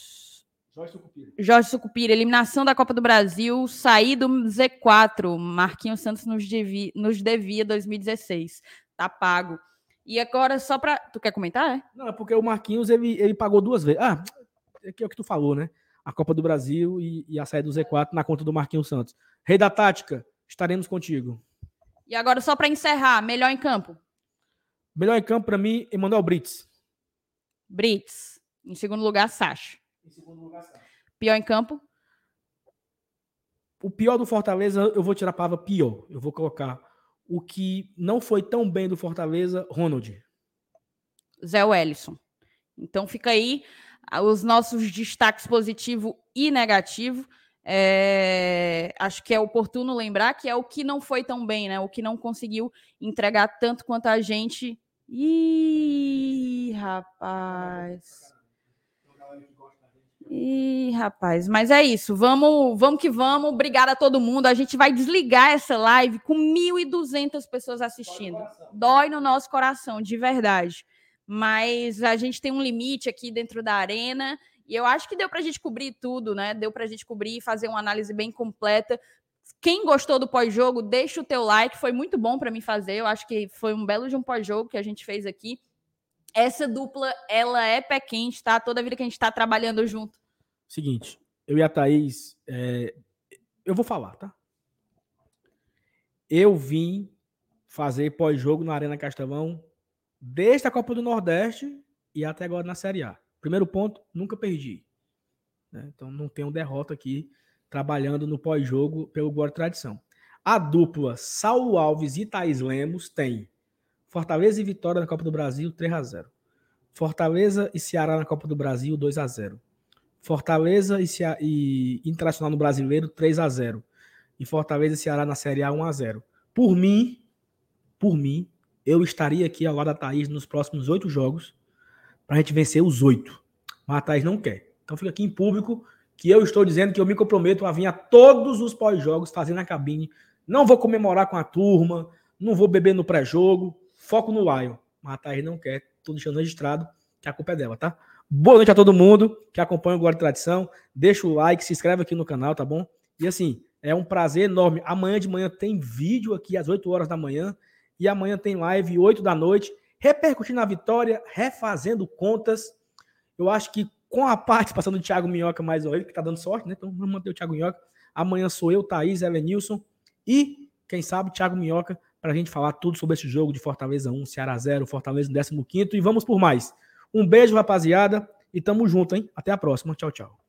Jorge Sucupira. Jorge Sucupira. Eliminação da Copa do Brasil, sair do Z quatro. Marquinhos Santos nos devia, nos devia dois mil e dezesseis. Tá pago. E agora, só pra... Tu quer comentar, é? Não, é porque o Marquinhos, ele, ele pagou duas vezes. Ah, é, que é o que tu falou, né? A Copa do Brasil e, e a saída do Z quatro na conta do Marquinhos Santos. Rei da Tática, estaremos contigo. E agora, só para encerrar, melhor em campo? Melhor em campo, para mim, Emanuel Brits. Brits. Em segundo lugar, Sacha. Em segundo lugar, Sacha. Pior em campo? O pior do Fortaleza, eu vou tirar a palavra pior. Eu vou colocar o que não foi tão bem do Fortaleza, Ronald. Zé Wellison. Então, fica aí os nossos destaques positivo e negativo. É, acho que é oportuno lembrar que é o que não foi tão bem, né? O que não conseguiu entregar tanto quanto a gente. Ih, rapaz. Ih, rapaz. Mas é isso. Vamos, vamos que vamos. Obrigada a todo mundo. A gente vai desligar essa live com mil e duzentas pessoas assistindo. Dói no nosso coração, de verdade. Mas a gente tem um limite aqui dentro da arena. E eu acho que deu para a gente cobrir tudo, né? Deu para a gente cobrir e fazer uma análise bem completa. Quem gostou do pós-jogo, deixa o teu like. Foi muito bom para mim fazer. Eu acho que foi um belo de um pós-jogo que a gente fez aqui. Essa dupla, ela é pé quente, tá? Toda vida que a gente tá trabalhando junto. Seguinte, eu e a Thaís, é, eu vou falar, tá? Eu vim fazer pós-jogo na Arena Castelão desde a Copa do Nordeste e até agora na Série A. Primeiro ponto, nunca perdi. Né? Então não tenho derrota aqui trabalhando no pós-jogo pelo Guarda Tradição. A dupla Saulo Alves e Thaís Lemos tem Fortaleza e Vitória na Copa do Brasil, três a zero. Fortaleza e Ceará na Copa do Brasil, dois a zero. Fortaleza e, Cea... e Internacional no Brasileiro, três a zero. E Fortaleza e Ceará na Série A, um a zero. Por mim, por mim, eu estaria aqui ao lado da Thaís nos próximos oito jogos pra gente vencer os oito. Mas a Thaís não quer. Então fica aqui em público que eu estou dizendo que eu me comprometo a vir a todos os pós-jogos fazendo a cabine. Não vou comemorar com a turma, não vou beber no pré-jogo, foco no Lion. Mas a Thaís não quer, tô deixando registrado que a culpa é dela, tá? Boa noite a todo mundo que acompanha o Guarda Tradição. Deixa o like, se inscreve aqui no canal, tá bom? E assim, é um prazer enorme. Amanhã de manhã tem vídeo aqui às oito horas da manhã e amanhã tem live oito da noite, repercutindo a vitória, refazendo contas. Eu acho que com a participação do Thiago Minhoca mais ou menos, que tá dando sorte, né? Então vamos manter o Thiago Minhoca. Amanhã sou eu, Thaís, Elenilson e, quem sabe, Thiago Minhoca, para a gente falar tudo sobre esse jogo de Fortaleza um, Ceará zero, Fortaleza no décimo quinto. E vamos por mais. Um beijo, rapaziada, e tamo junto, hein? Até a próxima. Tchau, tchau.